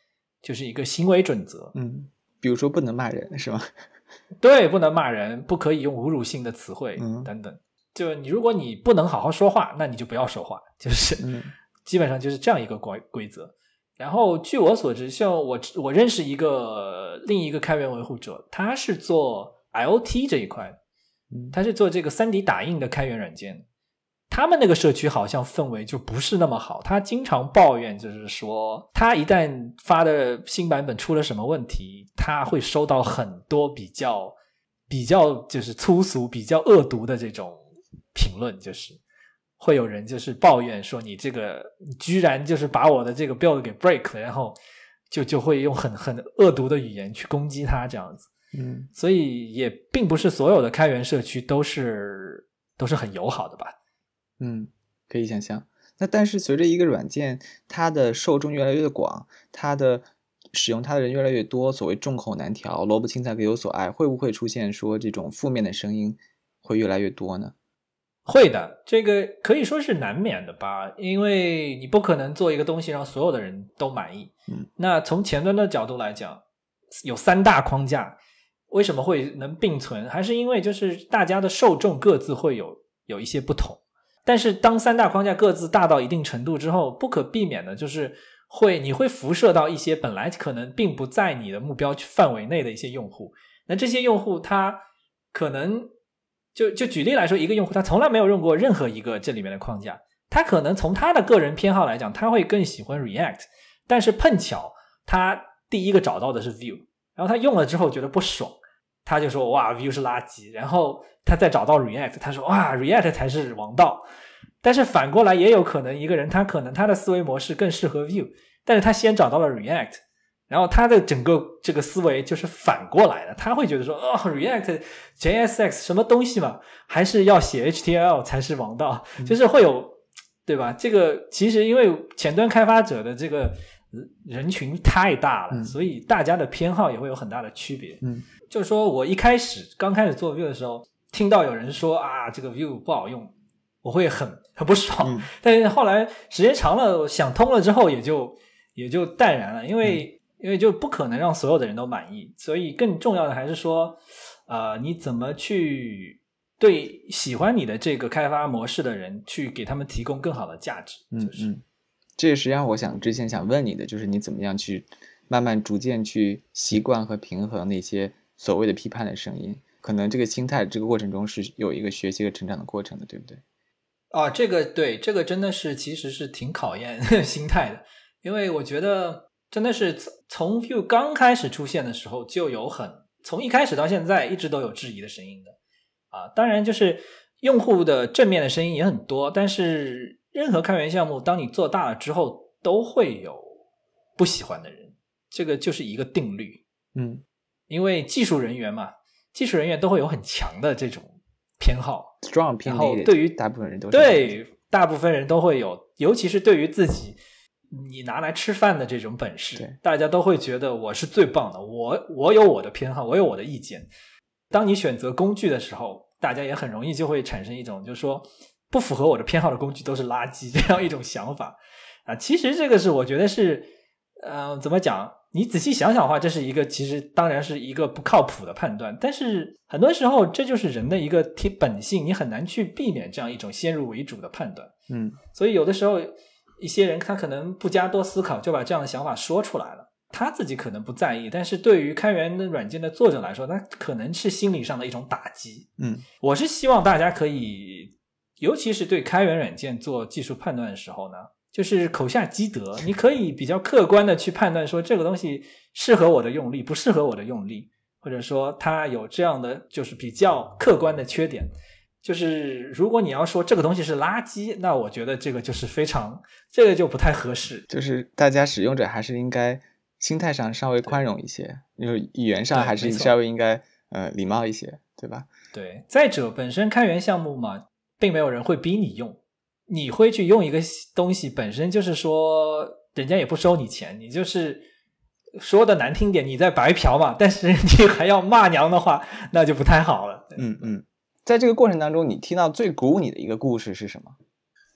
就是一个行为准则。 嗯，比如说不能骂人是吗？ 对，不能骂人，不可以用侮辱性的词汇、嗯、等等。就你如果你不能好好说话，那你就不要说话，就是、嗯、基本上就是这样一个规则。然后据我所知，像我我认识一个另一个开源维护者，他是做 I O T 这一块，他是做这个 三 D 打印的开源软件。他们那个社区好像氛围就不是那么好，他经常抱怨，就是说他一旦发的新版本出了什么问题，他会收到很多比较比较就是粗俗比较恶毒的这种评论，就是会有人就是抱怨说你这个你居然就是把我的这个 build 给 break 了，然后就就会用很很恶毒的语言去攻击他这样子。 嗯， 所以也并不是所有的开源社区都是都是很友好的吧。 嗯，可以想象。那但是随着一个软件它的受众越来越广，它的使用它的人越来越多，所谓众口难调，萝卜青菜各有所爱，会不会出现说这种负面的声音会越来越多呢？ 会的，这个可以说是难免的吧，因为你不可能做一个东西让所有的人都满意。 嗯， 那从前端的角度来讲，有三大框架，为什么会能并存？还是因为就是大家的受众各自会有有一些不同。但是当三大框架各自大到一定程度之后，不可避免的就是会你会辐射到一些本来可能并不在你的目标范围内的一些用户。那这些用户他可能就就举例来说，一个用户他从来没有用过任何一个这里面的框架，他可能从他的个人偏好来讲，他会更喜欢 React， 但是碰巧他第一个找到的是 Vue， 然后他用了之后觉得不爽，他就说哇 Vue 是垃圾，然后他再找到 React， 他说哇 React 才是王道。但是反过来也有可能一个人他可能他的思维模式更适合 Vue， 但是他先找到了 React， 然后他的整个这个思维就是反过来的，他会觉得说哦 React J S X 什么东西嘛，还是要写 H T M L 才是王道、嗯、就是会有对吧，这个其实因为前端开发者的这个人群太大了、嗯、所以大家的偏好也会有很大的区别。 嗯， 就是说我一开始刚开始做 Vue 的时候，听到有人说啊这个 Vue 不好用，我会很很不爽、嗯、但是后来时间长了想通了之后也就也就淡然了，因为、嗯、因为就不可能让所有的人都满意，所以更重要的还是说呃，你怎么去对喜欢你的这个开发模式的人去给他们提供更好的价值。 嗯嗯，这也实际上我想之前想问你的，就是你怎么样去慢慢逐渐去习惯和平衡那些所谓的批判的声音，可能这个心态这个过程中是有一个学习和成长的过程的，对不对？ 啊，这个对，这个真的是其实是挺考验心态的，因为我觉得真的是从 Vue 刚开始出现的时候就有很从一开始到现在一直都有质疑的声音的啊。当然就是用户的正面的声音也很多，但是任何开源项目当你做大了之后都会有不喜欢的人，这个就是一个定律。 嗯， 因为技术人员嘛，技术人员都会有很强的这种偏好 strong 偏好，对于大部分人都是对大部分人都会有，尤其是对于自己你拿来吃饭的这种本事，大家都会觉得我是最棒的，我我有我的偏好，我有我的意见。当你选择工具的时候，大家也很容易就会产生一种就是说不符合我的偏好的工具都是垃圾这样一种想法啊。其实这个是我觉得是呃，怎么讲，你仔细想想的话，这是一个其实当然是一个不靠谱的判断，但是很多时候这就是人的一个本性，你很难去避免这样一种先入为主的判断。 嗯， 所以有的时候一些人他可能不加多思考就把这样的想法说出来了，他自己可能不在意，但是对于开源的软件的作者来说，那可能是心理上的一种打击。 嗯， 我是希望大家可以尤其是对开源软件做技术判断的时候呢，就是口下积德，你可以比较客观的去判断说这个东西适合我的用力不适合我的用力，或者说它有这样的就是比较客观的缺点。就是如果你要说这个东西是垃圾，那我觉得这个就是非常这个就不太合适， 就是大家使用者还是应该心态上稍微宽容一些，就是语言上还是稍微应该呃礼貌一些，对吧？ 对，再者本身开源项目嘛，并没有人会逼你用，你会去用一个东西本身就是说人家也不收你钱，你就是说的难听点你在白嫖嘛，但是你还要骂娘的话那就不太好了。 嗯嗯，在这个过程当中你听到最鼓舞你的一个故事是什么？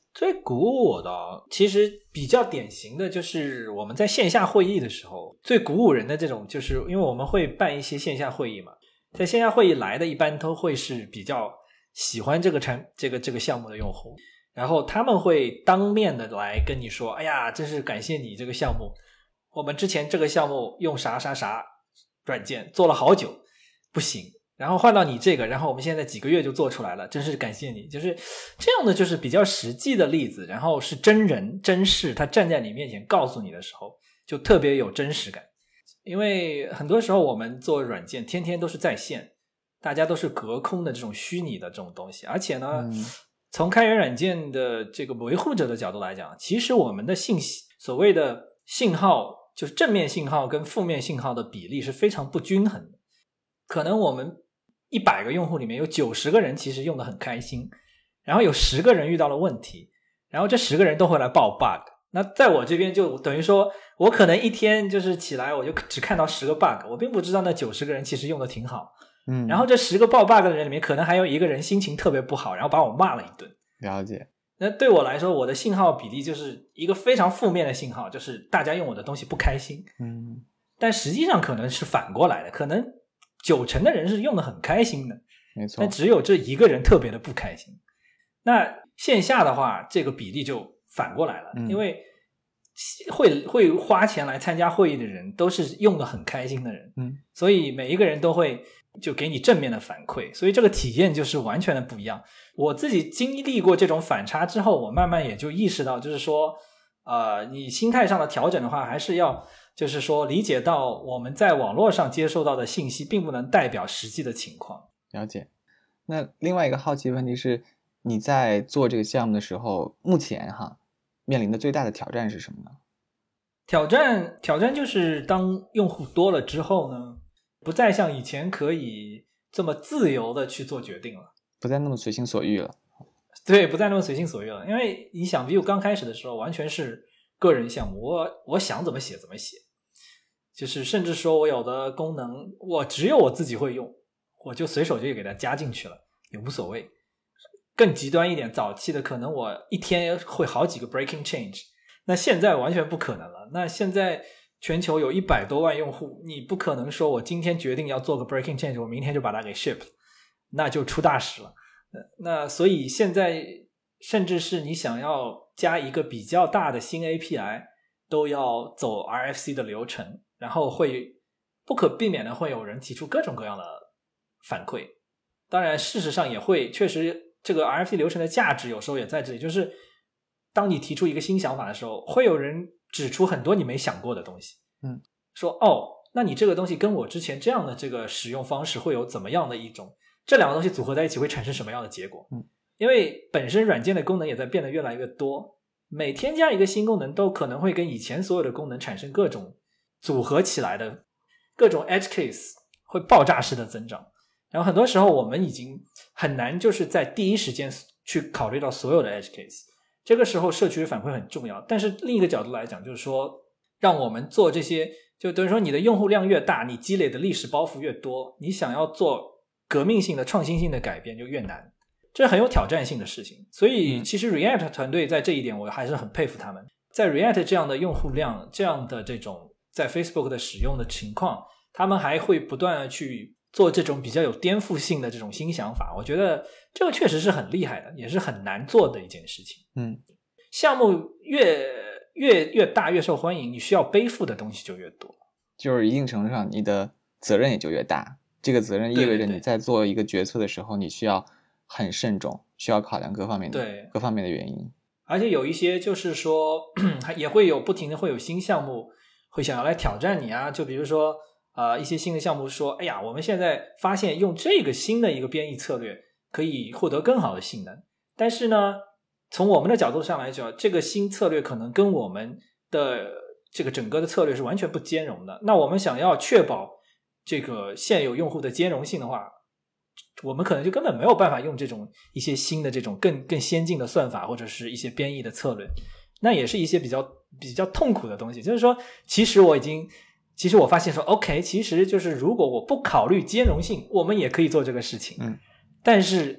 最鼓舞我的其实比较典型的就是我们在线下会议的时候，最鼓舞人的这种，就是因为我们会办一些线下会议嘛，在线下会议来的一般都会是比较喜欢这个产这个这个项目的用户，然后他们会当面的来跟你说，哎呀，真是感谢你这个项目，我们之前这个项目用啥啥啥软件做了好久不行，然后换到你这个，然后我们现在几个月就做出来了，真是感谢你。就是这样的，就是比较实际的例子，然后是真人真事，他站在你面前告诉你的时候就特别有真实感。因为很多时候我们做软件天天都是在线，大家都是隔空的这种虚拟的这种东西，而且呢、嗯、从开源软件的这个维护者的角度来讲，其实我们的信息所谓的信号，就是正面信号跟负面信号的比例是非常不均衡的。可能我们一百个用户里面有九十个人其实用得很开心，然后有十个人遇到了问题，然后这十个人都会来报 bug。那在我这边就等于说我可能一天就是起来我就只看到十个 bug， 我并不知道那九十个人其实用得挺好。嗯，然后这十个报 bug 的人里面可能还有一个人心情特别不好，然后把我骂了一顿。 了解。 那对我来说，我的信号比例就是一个非常负面的信号，就是大家用我的东西不开心。嗯，但实际上可能是反过来的，可能九成的人是用得很开心的， 没错。 但只有这一个人特别的不开心。那线下的话，这个比例就反过来了，嗯、因为会会花钱来参加会议的人都是用得很开心的人，嗯，所以每一个人都会就给你正面的反馈，所以这个体验就是完全的不一样。我自己经历过这种反差之后，我慢慢也就意识到，就是说呃，你心态上的调整的话，还是要就是说理解到我们在网络上接受到的信息并不能代表实际的情况。 了解。那另外一个好奇问题是，你在做这个项目的时候，目前哈面临的最大的挑战是什么呢？ 挑战挑战就是当用户多了之后呢，不再像以前可以这么自由的去做决定了， 不再那么随心所欲了。 对，不再那么随心所欲了。因为你想 Vue 刚开始的时候完全是个人项目，我我想怎么写怎么写，就是甚至说我有的功能我只有我自己会用，我就随手就给它加进去了，也无所谓。更极端一点，早期的可能我一天会好几个 breaking change， 那现在完全不可能了。那现在全球有一百多万用户，你不可能说我今天决定要做个 breaking change， 我明天就把它给 ship， 那就出大事了。那所以现在甚至是你想要加一个比较大的新 A P I 都要走 R F C 的流程，然后会不可避免的会有人提出各种各样的反馈。当然事实上也会确实这个 R F C 流程的价值有时候也在这里，就是当你提出一个新想法的时候，会有人指出很多你没想过的东西，嗯，说哦，那你这个东西跟我之前这样的这个使用方式会有怎么样的一种，这两个东西组合在一起会产生什么样的结果？嗯，因为本身软件的功能也在变得越来越多，每添加一个新功能都可能会跟以前所有的功能产生各种组合起来的各种 edge case， 会爆炸式的增长。然后很多时候我们已经很难就是在第一时间去考虑到所有的 edge case， 这个时候社区反馈很重要。但是另一个角度来讲，就是说让我们做这些，就等于说你的用户量越大，你积累的历史包袱越多，你想要做革命性的创新性的改变就越难，这是很有挑战性的事情。所以其实 React 团队在这一点我还是很佩服他们，在 React 这样的用户量，这样的这种在 Facebook 的使用的情况，他们还会不断的去做这种比较有颠覆性的这种新想法，我觉得这个确实是很厉害的，也是很难做的一件事情。嗯，项目越越越大越受欢迎，你需要背负的东西就越多， 就是一定程度上你的责任也就越大。这个责任意味着你在做一个决策的时候，你需要很慎重，需要考量各方面的对各方面的原因。 而且有一些就是说也会有不停的会有新项目会想要来挑战你啊，就比如说呃，一些新的项目说，哎呀，我们现在发现用这个新的一个编译策略可以获得更好的性能，但是呢，从我们的角度上来讲，这个新策略可能跟我们的这个整个的策略是完全不兼容的。那我们想要确保这个现有用户的兼容性的话，我们可能就根本没有办法用这种一些新的这种更更先进的算法或者是一些编译的策略，那也是一些比较比较痛苦的东西。就是说，其实我已经。其实我发现说 OK， 其实就是如果我不考虑兼容性，我们也可以做这个事情。嗯，但是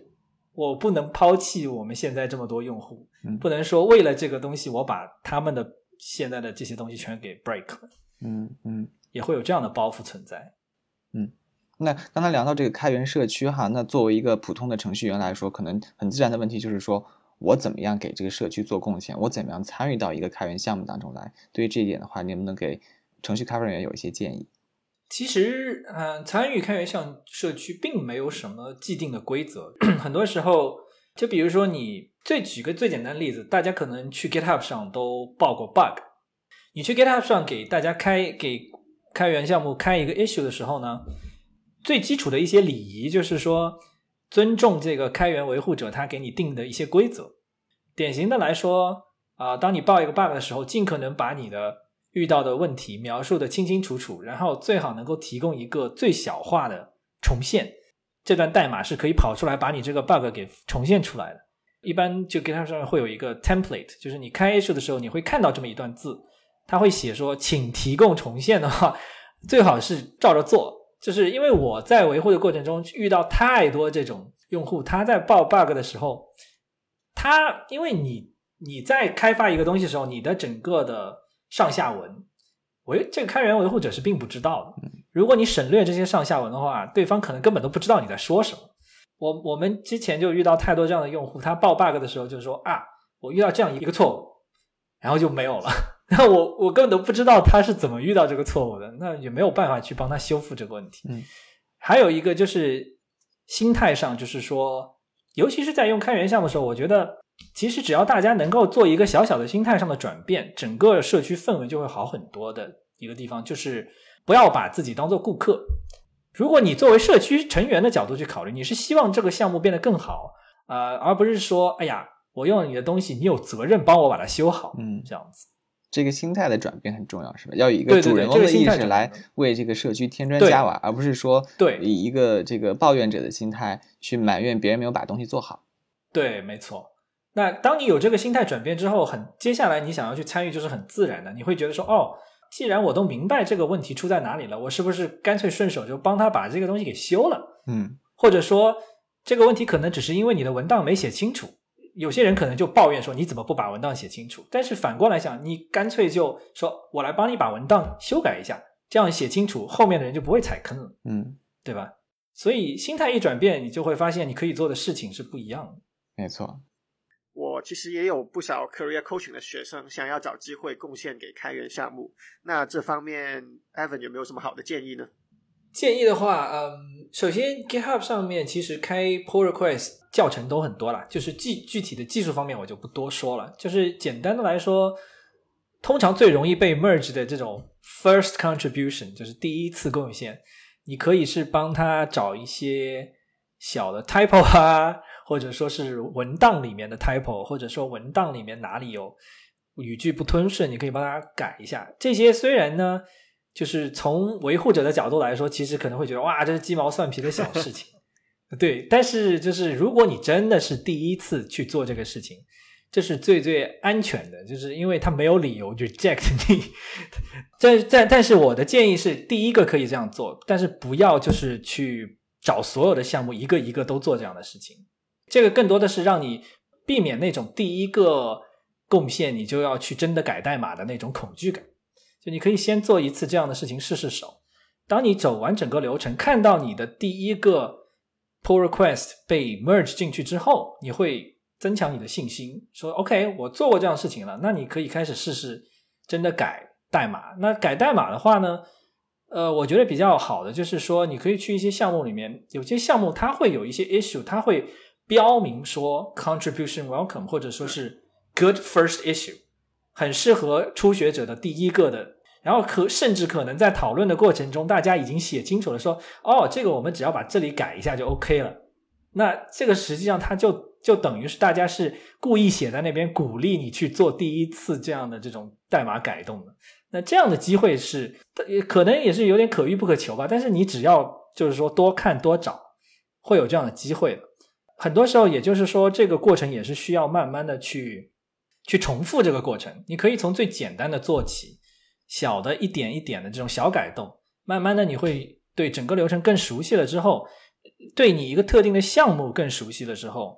我不能抛弃我们现在这么多用户， 嗯、 不能说为了这个东西我把他们的现在的这些东西全给 break 了。 嗯嗯， 也会有这样的包袱存在。 嗯，那刚才聊到这个开源社区哈，那作为一个普通的程序员来说，可能很自然的问题就是说，我怎么样给这个社区做贡献？我怎么样参与到一个开源项目当中来？对于这一点的话，你能不能给程序开发人员有一些建议？ 其实，嗯、呃，参与开源项社区并没有什么既定的规则，很多时候，就比如说你，最举个最简单的例子，大家可能去 GitHub 上都报过 bug， 你去 GitHub 上给大家开给开源项目开一个 issue 的时候呢，最基础的一些礼仪就是说，尊重这个开源维护者他给你定的一些规则。典型的来说，啊、呃，当你报一个 bug 的时候，尽可能把你的遇到的问题描述的清清楚楚，然后最好能够提供一个最小化的重现，这段代码是可以跑出来把你这个 bug 给重现出来的。一般就 GitHub 上会有一个 template， 就是你开 issue 的时候你会看到这么一段字，他会写说请提供重现的话最好是照着做。就是因为我在维护的过程中遇到太多这种用户，他在报 bug 的时候，他因为你你在开发一个东西的时候，你的整个的上下文维这个开源维护者是并不知道的。如果你省略这些上下文的话，对方可能根本都不知道你在说什么。我我们之前就遇到太多这样的用户，他报 bug 的时候就说啊，我遇到这样一个错误，然后就没有了。那我我根本都不知道他是怎么遇到这个错误的，那也没有办法去帮他修复这个问题。 嗯， 还有一个就是心态上，就是说，尤其是在用开源项目的时候，我觉得其实只要大家能够做一个小小的心态上的转变，整个社区氛围就会好很多的一个地方，就是不要把自己当做顾客。如果你作为社区成员的角度去考虑，你是希望这个项目变得更好，呃，而不是说，哎呀，我用了你的东西，你有责任帮我把它修好， 嗯， 这样子。 这个心态的转变很重要，是吧？要以一个主人翁的意识来为这个社区添砖加瓦，而不是说以一个这个抱怨者的心态去埋怨别人没有把东西做好。 对，没错。那当你有这个心态转变之后，很接下来你想要去参与就是很自然的，你会觉得说，哦，既然我都明白这个问题出在哪里了，我是不是干脆顺手就帮他把这个东西给修了？ 嗯， 或者说这个问题可能只是因为你的文档没写清楚。有些人可能就抱怨说你怎么不把文档写清楚，但是反过来想，你干脆就说我来帮你把文档修改一下，这样写清楚，后面的人就不会踩坑了， 嗯， 对吧？所以心态一转变，你就会发现你可以做的事情是不一样的。 没错。 我其实也有不少 career coaching 的学生想要找机会贡献给开源项目，那这方面 Evan 有没有什么好的建议呢？ 建议的话，嗯，首先 GitHub 上面其实开 pull request 教程都很多啦，就是具具体的技术方面我就不多说了，就是简单的来说，通常最容易被 merge 的这种 first contribution 就是第一次贡献，你可以是帮他找一些小的 typo 啊，或者说是文档里面的 typo， 或者说文档里面哪里有语句不通顺，你可以帮他改一下。这些虽然呢就是从维护者的角度来说，其实可能会觉得哇，这是鸡毛蒜皮的小事情对，但是就是如果你真的是第一次去做这个事情，这是最最安全的，就是因为他没有理由 reject 你但, 但, 但是我的建议是，第一个可以这样做，但是不要就是去找所有的项目一个一个都做这样的事情，这个更多的是让你避免那种第一个贡献你就要去真的改代码的那种恐惧感，就你可以先做一次这样的事情试试手，当你走完整个流程，看到你的第一个 pull request 被 merge 进去之后，你会增强你的信心，说 OK 我做过这样的事情了，那你可以开始试试真的改代码。那改代码的话呢，呃，我觉得比较好的就是说，你可以去一些项目里面，有些项目它会有一些 issue， 它会标明说 contribution welcome， 或者说是 good first issue， 很适合初学者的第一个的，然后可甚至可能在讨论的过程中，大家已经写清楚了说，哦，这个我们只要把这里改一下就 OK 了。那这个实际上它就就等于是大家是故意写在那边鼓励你去做第一次这样的这种代码改动的。那这样的机会是可能也是有点可遇不可求吧，但是你只要就是说多看多找，会有这样的机会的。很多时候也就是说这个过程也是需要慢慢的去去重复这个过程，你可以从最简单的做起，小的一点一点的这种小改动，慢慢的你会对整个流程更熟悉了之后，对你一个特定的项目更熟悉了之后，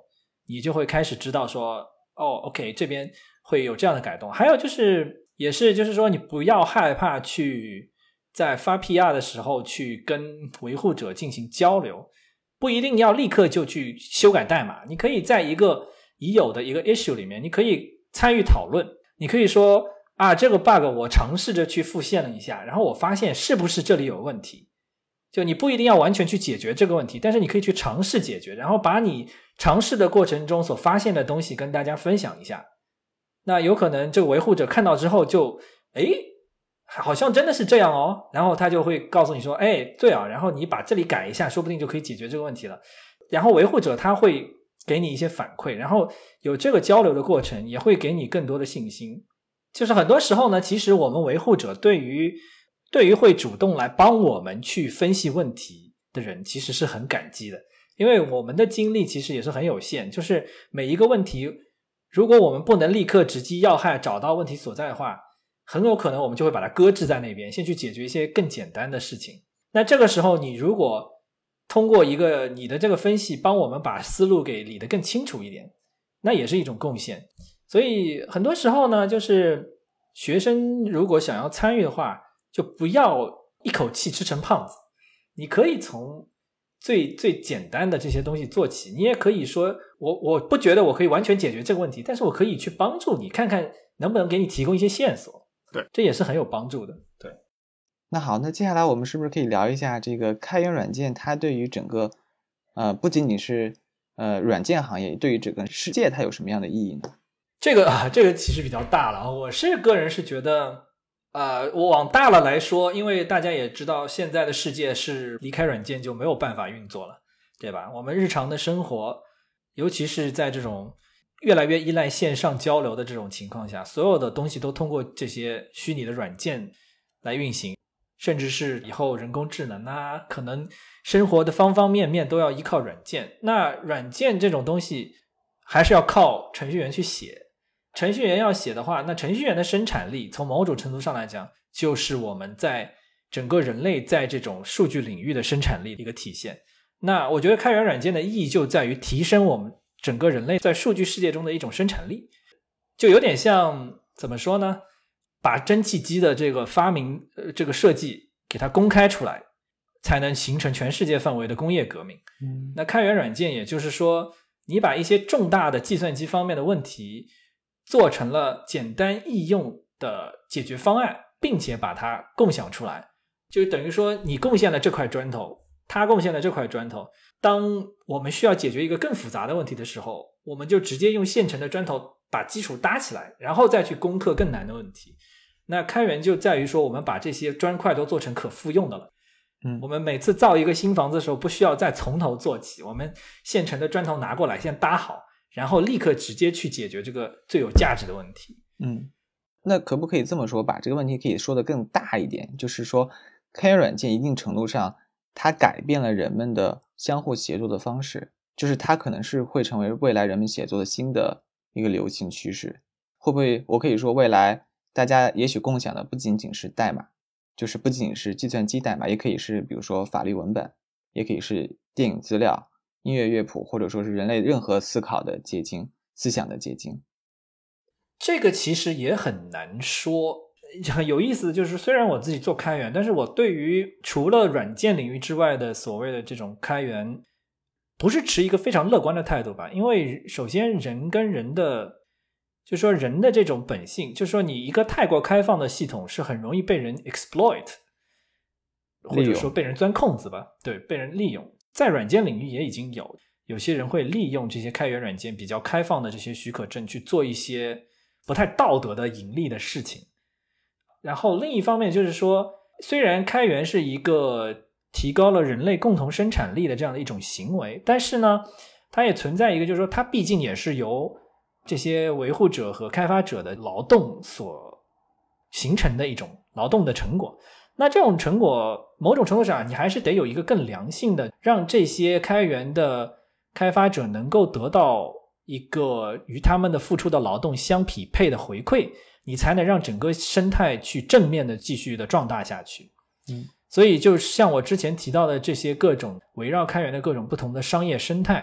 你就会开始知道说哦 OK 这边会有这样的改动。还有就是也是就是说你不要害怕去在发 P R 的时候去跟维护者进行交流，不一定要立刻就去修改代码，你可以在一个已有的一个 issue 里面，你可以参与讨论，你可以说啊这个 bug 我尝试着去复现了一下，然后我发现是不是这里有问题，就你不一定要完全去解决这个问题，但是你可以去尝试解决，然后把你尝试的过程中所发现的东西跟大家分享一下。那有可能这个维护者看到之后就诶好像真的是这样哦，然后他就会告诉你说诶对啊，然后你把这里改一下说不定就可以解决这个问题了。然后维护者他会给你一些反馈，然后有这个交流的过程也会给你更多的信心。就是很多时候呢，其实我们维护者对于对于会主动来帮我们去分析问题的人其实是很感激的，因为我们的精力其实也是很有限，就是每一个问题如果我们不能立刻直击要害找到问题所在的话，很有可能我们就会把它搁置在那边，先去解决一些更简单的事情。那这个时候你如果通过一个你的这个分析帮我们把思路给理得更清楚一点，那也是一种贡献。所以很多时候呢，就是学生如果想要参与的话，就不要一口气吃成胖子，你可以从最最简单的这些东西做起。你也可以说我我不觉得我可以完全解决这个问题，但是我可以去帮助你看看能不能给你提供一些线索， 对， 这也是很有帮助的。对， 那好，那接下来我们是不是可以聊一下这个开源软件它对于整个呃不仅仅是呃软件行业，对于整个世界它有什么样的意义呢？ 这个啊，这个其实比较大了。我是个人是觉得呃，我往大了来说，因为大家也知道现在的世界是离开软件就没有办法运作了，对吧？我们日常的生活，尤其是在这种越来越依赖线上交流的这种情况下，所有的东西都通过这些虚拟的软件来运行，甚至是以后人工智能啊，可能生活的方方面面都要依靠软件。那软件这种东西还是要靠程序员去写，程序员要写的话，那程序员的生产力从某种程度上来讲，就是我们在整个人类在这种数据领域的生产力的一个体现。那我觉得开源软件的意义就在于提升我们整个人类在数据世界中的一种生产力，就有点像怎么说呢，把蒸汽机的这个发明、呃、这个设计给它公开出来，才能形成全世界范围的工业革命。 嗯， 那开源软件也就是说，你把一些重大的计算机方面的问题做成了简单易用的解决方案，并且把它共享出来，就等于说你贡献了这块砖头，他贡献了这块砖头，当我们需要解决一个更复杂的问题的时候，我们就直接用现成的砖头把基础搭起来，然后再去攻克更难的问题。那开源就在于说我们把这些砖块都做成可复用的了。 嗯， 我们每次造一个新房子的时候不需要再从头做起，我们现成的砖头拿过来先搭好，然后立刻直接去解决这个最有价值的问题。 嗯，那可不可以这么说，把这个问题可以说得更大一点，就是说开源软件一定程度上它改变了人们的相互协作的方式，就是它可能是会成为未来人们写作的新的一个流行趋势。会不会我可以说未来大家也许共享的不仅仅是代码，就是不仅仅是计算机代码，也可以是比如说法律文本，也可以是电影资料、音乐乐谱，或者说是人类任何思考的结晶、思想的结晶。 这个其实也很难说。很有意思的就是，虽然我自己做开源，但是我对于除了软件领域之外的所谓的这种开源不是持一个非常乐观的态度吧。因为首先人跟人的就是说人的这种本性，就是说你一个太过开放的系统是很容易被人 exploit， 或者说被人钻空子吧，对，被人利用。在软件领域也已经有有些人会利用这些开源软件比较开放的这些许可证去做一些不太道德的盈利的事情。然后另一方面就是说，虽然开源是一个提高了人类共同生产力的这样的一种行为，但是呢它也存在一个就是说它毕竟也是由这些维护者和开发者的劳动所形成的一种劳动的成果。那这种成果某种程度上你还是得有一个更良性的，让这些开源的开发者能够得到一个与他们的付出的劳动相匹配的回馈，你才能让整个生态去正面的继续的壮大下去。 嗯， 所以就像我之前提到的这些各种围绕开源的各种不同的商业生态，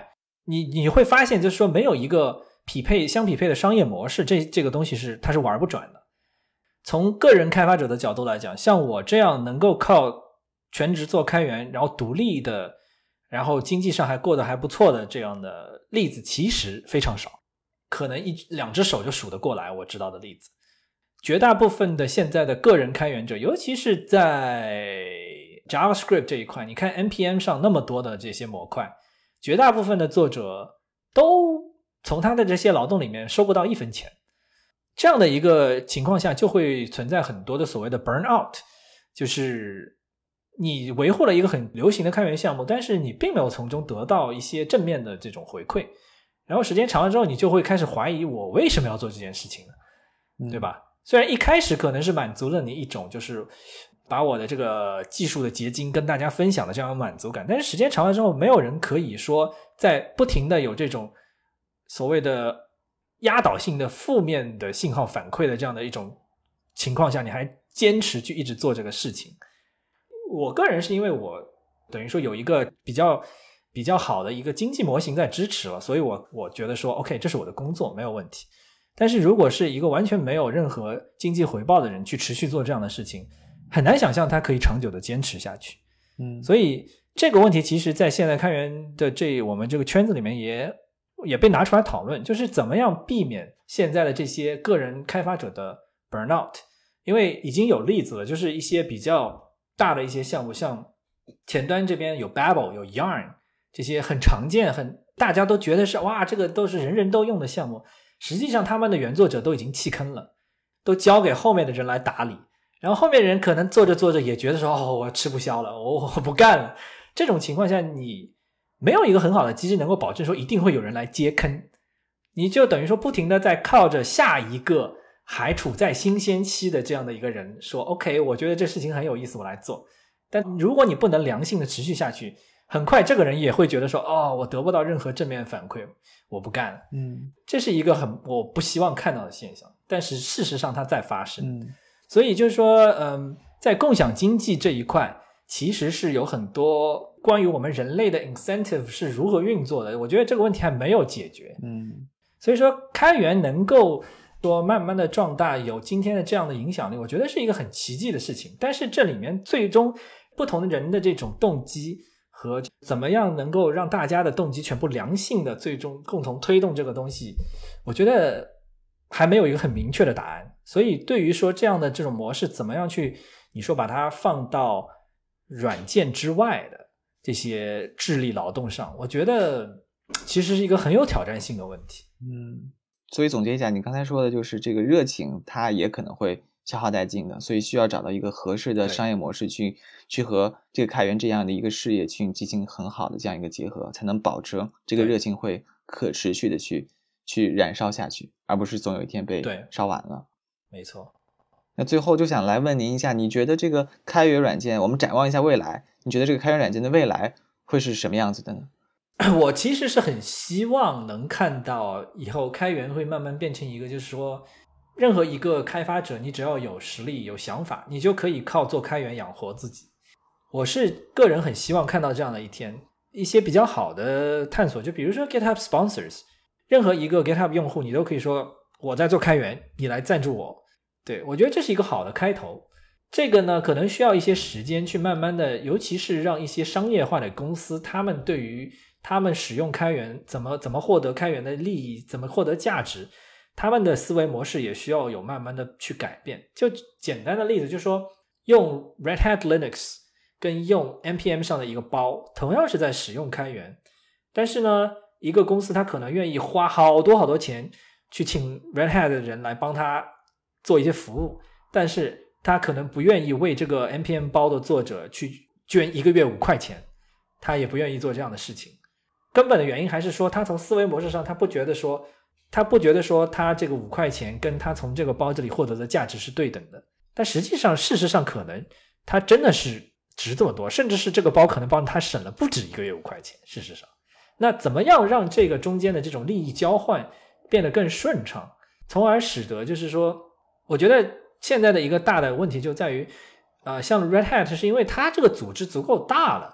你你会发现就是说没有一个匹配相匹配的商业模式，这这个东西是它是玩不转的。从个人开发者的角度来讲，像我这样能够靠全职做开源然后独立的然后经济上还过得还不错的这样的例子其实非常少，可能一两只手就数得过来我知道的例子。绝大部分的现在的个人开源者，尤其是在 JavaScript 这一块，你看 N P M 上那么多的这些模块，绝大部分的作者都从他的这些劳动里面收不到一分钱。这样的一个情况下就会存在很多的所谓的 burnout， 就是你维护了一个很流行的开源项目，但是你并没有从中得到一些正面的这种回馈，然后时间长了之后你就会开始怀疑我为什么要做这件事情呢？对吧？虽然一开始可能是满足了你一种就是把我的这个技术的结晶跟大家分享的这样的满足感，但是时间长了之后没有人可以说在不停的有这种所谓的压倒性的负面的信号反馈的这样的一种情况下，你还坚持去一直做这个事情。我个人是因为我等于说有一个比较比较好的一个经济模型在支持了，所以我我觉得说 OK 这是我的工作没有问题。但是如果是一个完全没有任何经济回报的人去持续做这样的事情，很难想象他可以长久的坚持下去。 嗯， 所以这个问题其实在现在开源的这我们这个圈子里面也也被拿出来讨论，就是怎么样避免现在的这些个人开发者的 burnout。 因为已经有例子了，就是一些比较大的一些项目，像前端这边有 Babel 有 Yarn 这些很常见很大家都觉得是哇这个都是人人都用的项目，实际上他们的原作者都已经弃坑了，都交给后面的人来打理，然后后面的人可能做着做着也觉得说哦我吃不消了，我我不干了。这种情况下你没有一个很好的机制能够保证说一定会有人来接坑，你就等于说不停的在靠着下一个还处在新鲜期的这样的一个人说 OK 我觉得这事情很有意思我来做。但如果你不能良性的持续下去，很快这个人也会觉得说哦我得不到任何正面反馈我不干了。 嗯， 这是一个很我不希望看到的现象，但是事实上它在发生。 嗯， 所以就是说嗯，在共享经济这一块其实是有很多关于我们人类的 incentive 是如何运作的，我觉得这个问题还没有解决。 嗯， 所以说开源能够说慢慢的壮大有今天的这样的影响力，我觉得是一个很奇迹的事情。但是这里面最终不同的人的这种动机和怎么样能够让大家的动机全部良性的最终共同推动这个东西，我觉得还没有一个很明确的答案。所以对于说这样的这种模式怎么样去你说把它放到软件之外的这些智力劳动上，我觉得其实是一个很有挑战性的问题。 嗯，所以总结一下你刚才说的就是这个热情它也可能会消耗殆尽的，所以需要找到一个合适的商业模式去去和这个开源这样的一个事业去进行很好的这样一个结合，才能保证这个热情会可持续的去去燃烧下去，而不是总有一天被烧完了。 没错。 那最后就想来问您一下，你觉得这个开源软件，我们展望一下未来，你觉得这个开源软件的未来会是什么样子的呢？ 我其实是很希望能看到以后开源会慢慢变成一个就是说任何一个开发者你只要有实力有想法你就可以靠做开源养活自己。我是个人很希望看到这样的一天，一些比较好的探索，就比如说 GitHub Sponsors， 任何一个 GitHub 用户你都可以说我在做开源你来赞助我。对，我觉得这是一个好的开头。这个呢可能需要一些时间去慢慢的，尤其是让一些商业化的公司他们对于他们使用开源怎么怎么获得开源的利益怎么获得价值，他们的思维模式也需要有慢慢的去改变。就简单的例子就是说用 Red Hat Linux 跟用 N P M 上的一个包同样是在使用开源，但是呢一个公司他可能愿意花好多好多钱去请 Red Hat 的人来帮他做一些服务，但是他可能不愿意为这个 N P M 包的作者去捐一个月五块钱，他也不愿意做这样的事情。根本的原因还是说他从思维模式上他不觉得说他不觉得说他这个五块钱跟他从这个包这里获得的价值是对等的，但实际上事实上可能他真的是值这么多，甚至是这个包可能帮他省了不止一个月五块钱。事实上那怎么样让这个中间的这种利益交换变得更顺畅，从而使得就是说我觉得现在的一个大的问题就在于呃，像 Red Hat 是因为它这个组织足够大了，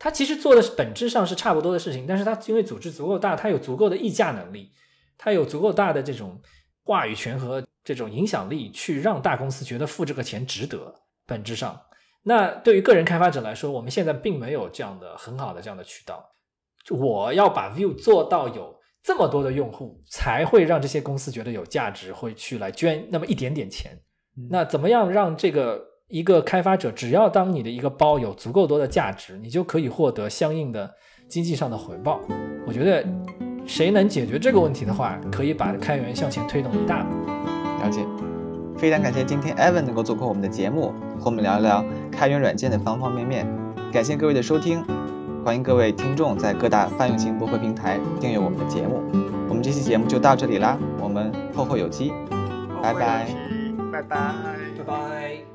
它其实做的本质上是差不多的事情，但是它因为组织足够大，它有足够的议价能力，它有足够大的这种话语权和这种影响力，去让大公司觉得付这个钱值得。本质上，那对于个人开发者来说，我们现在并没有这样的很好的这样的渠道。我要把 Vue 做到有这么多的用户，才会让这些公司觉得有价值，会去来捐那么一点点钱。嗯、那怎么样让这个一个开发者，只要当你的一个包有足够多的价值，你就可以获得相应的经济上的回报。我觉得谁能解决这个问题的话，可以把开源向前推动一大步。 了解，非常感谢今天 Evan 能够做客我们的节目，和我们聊一聊开源软件的方方面面。感谢各位的收听，欢迎各位听众在各大泛用型播客平台订阅我们的节目。我们这期节目就到这里啦，我们后会有期，拜拜， 拜拜， 拜拜。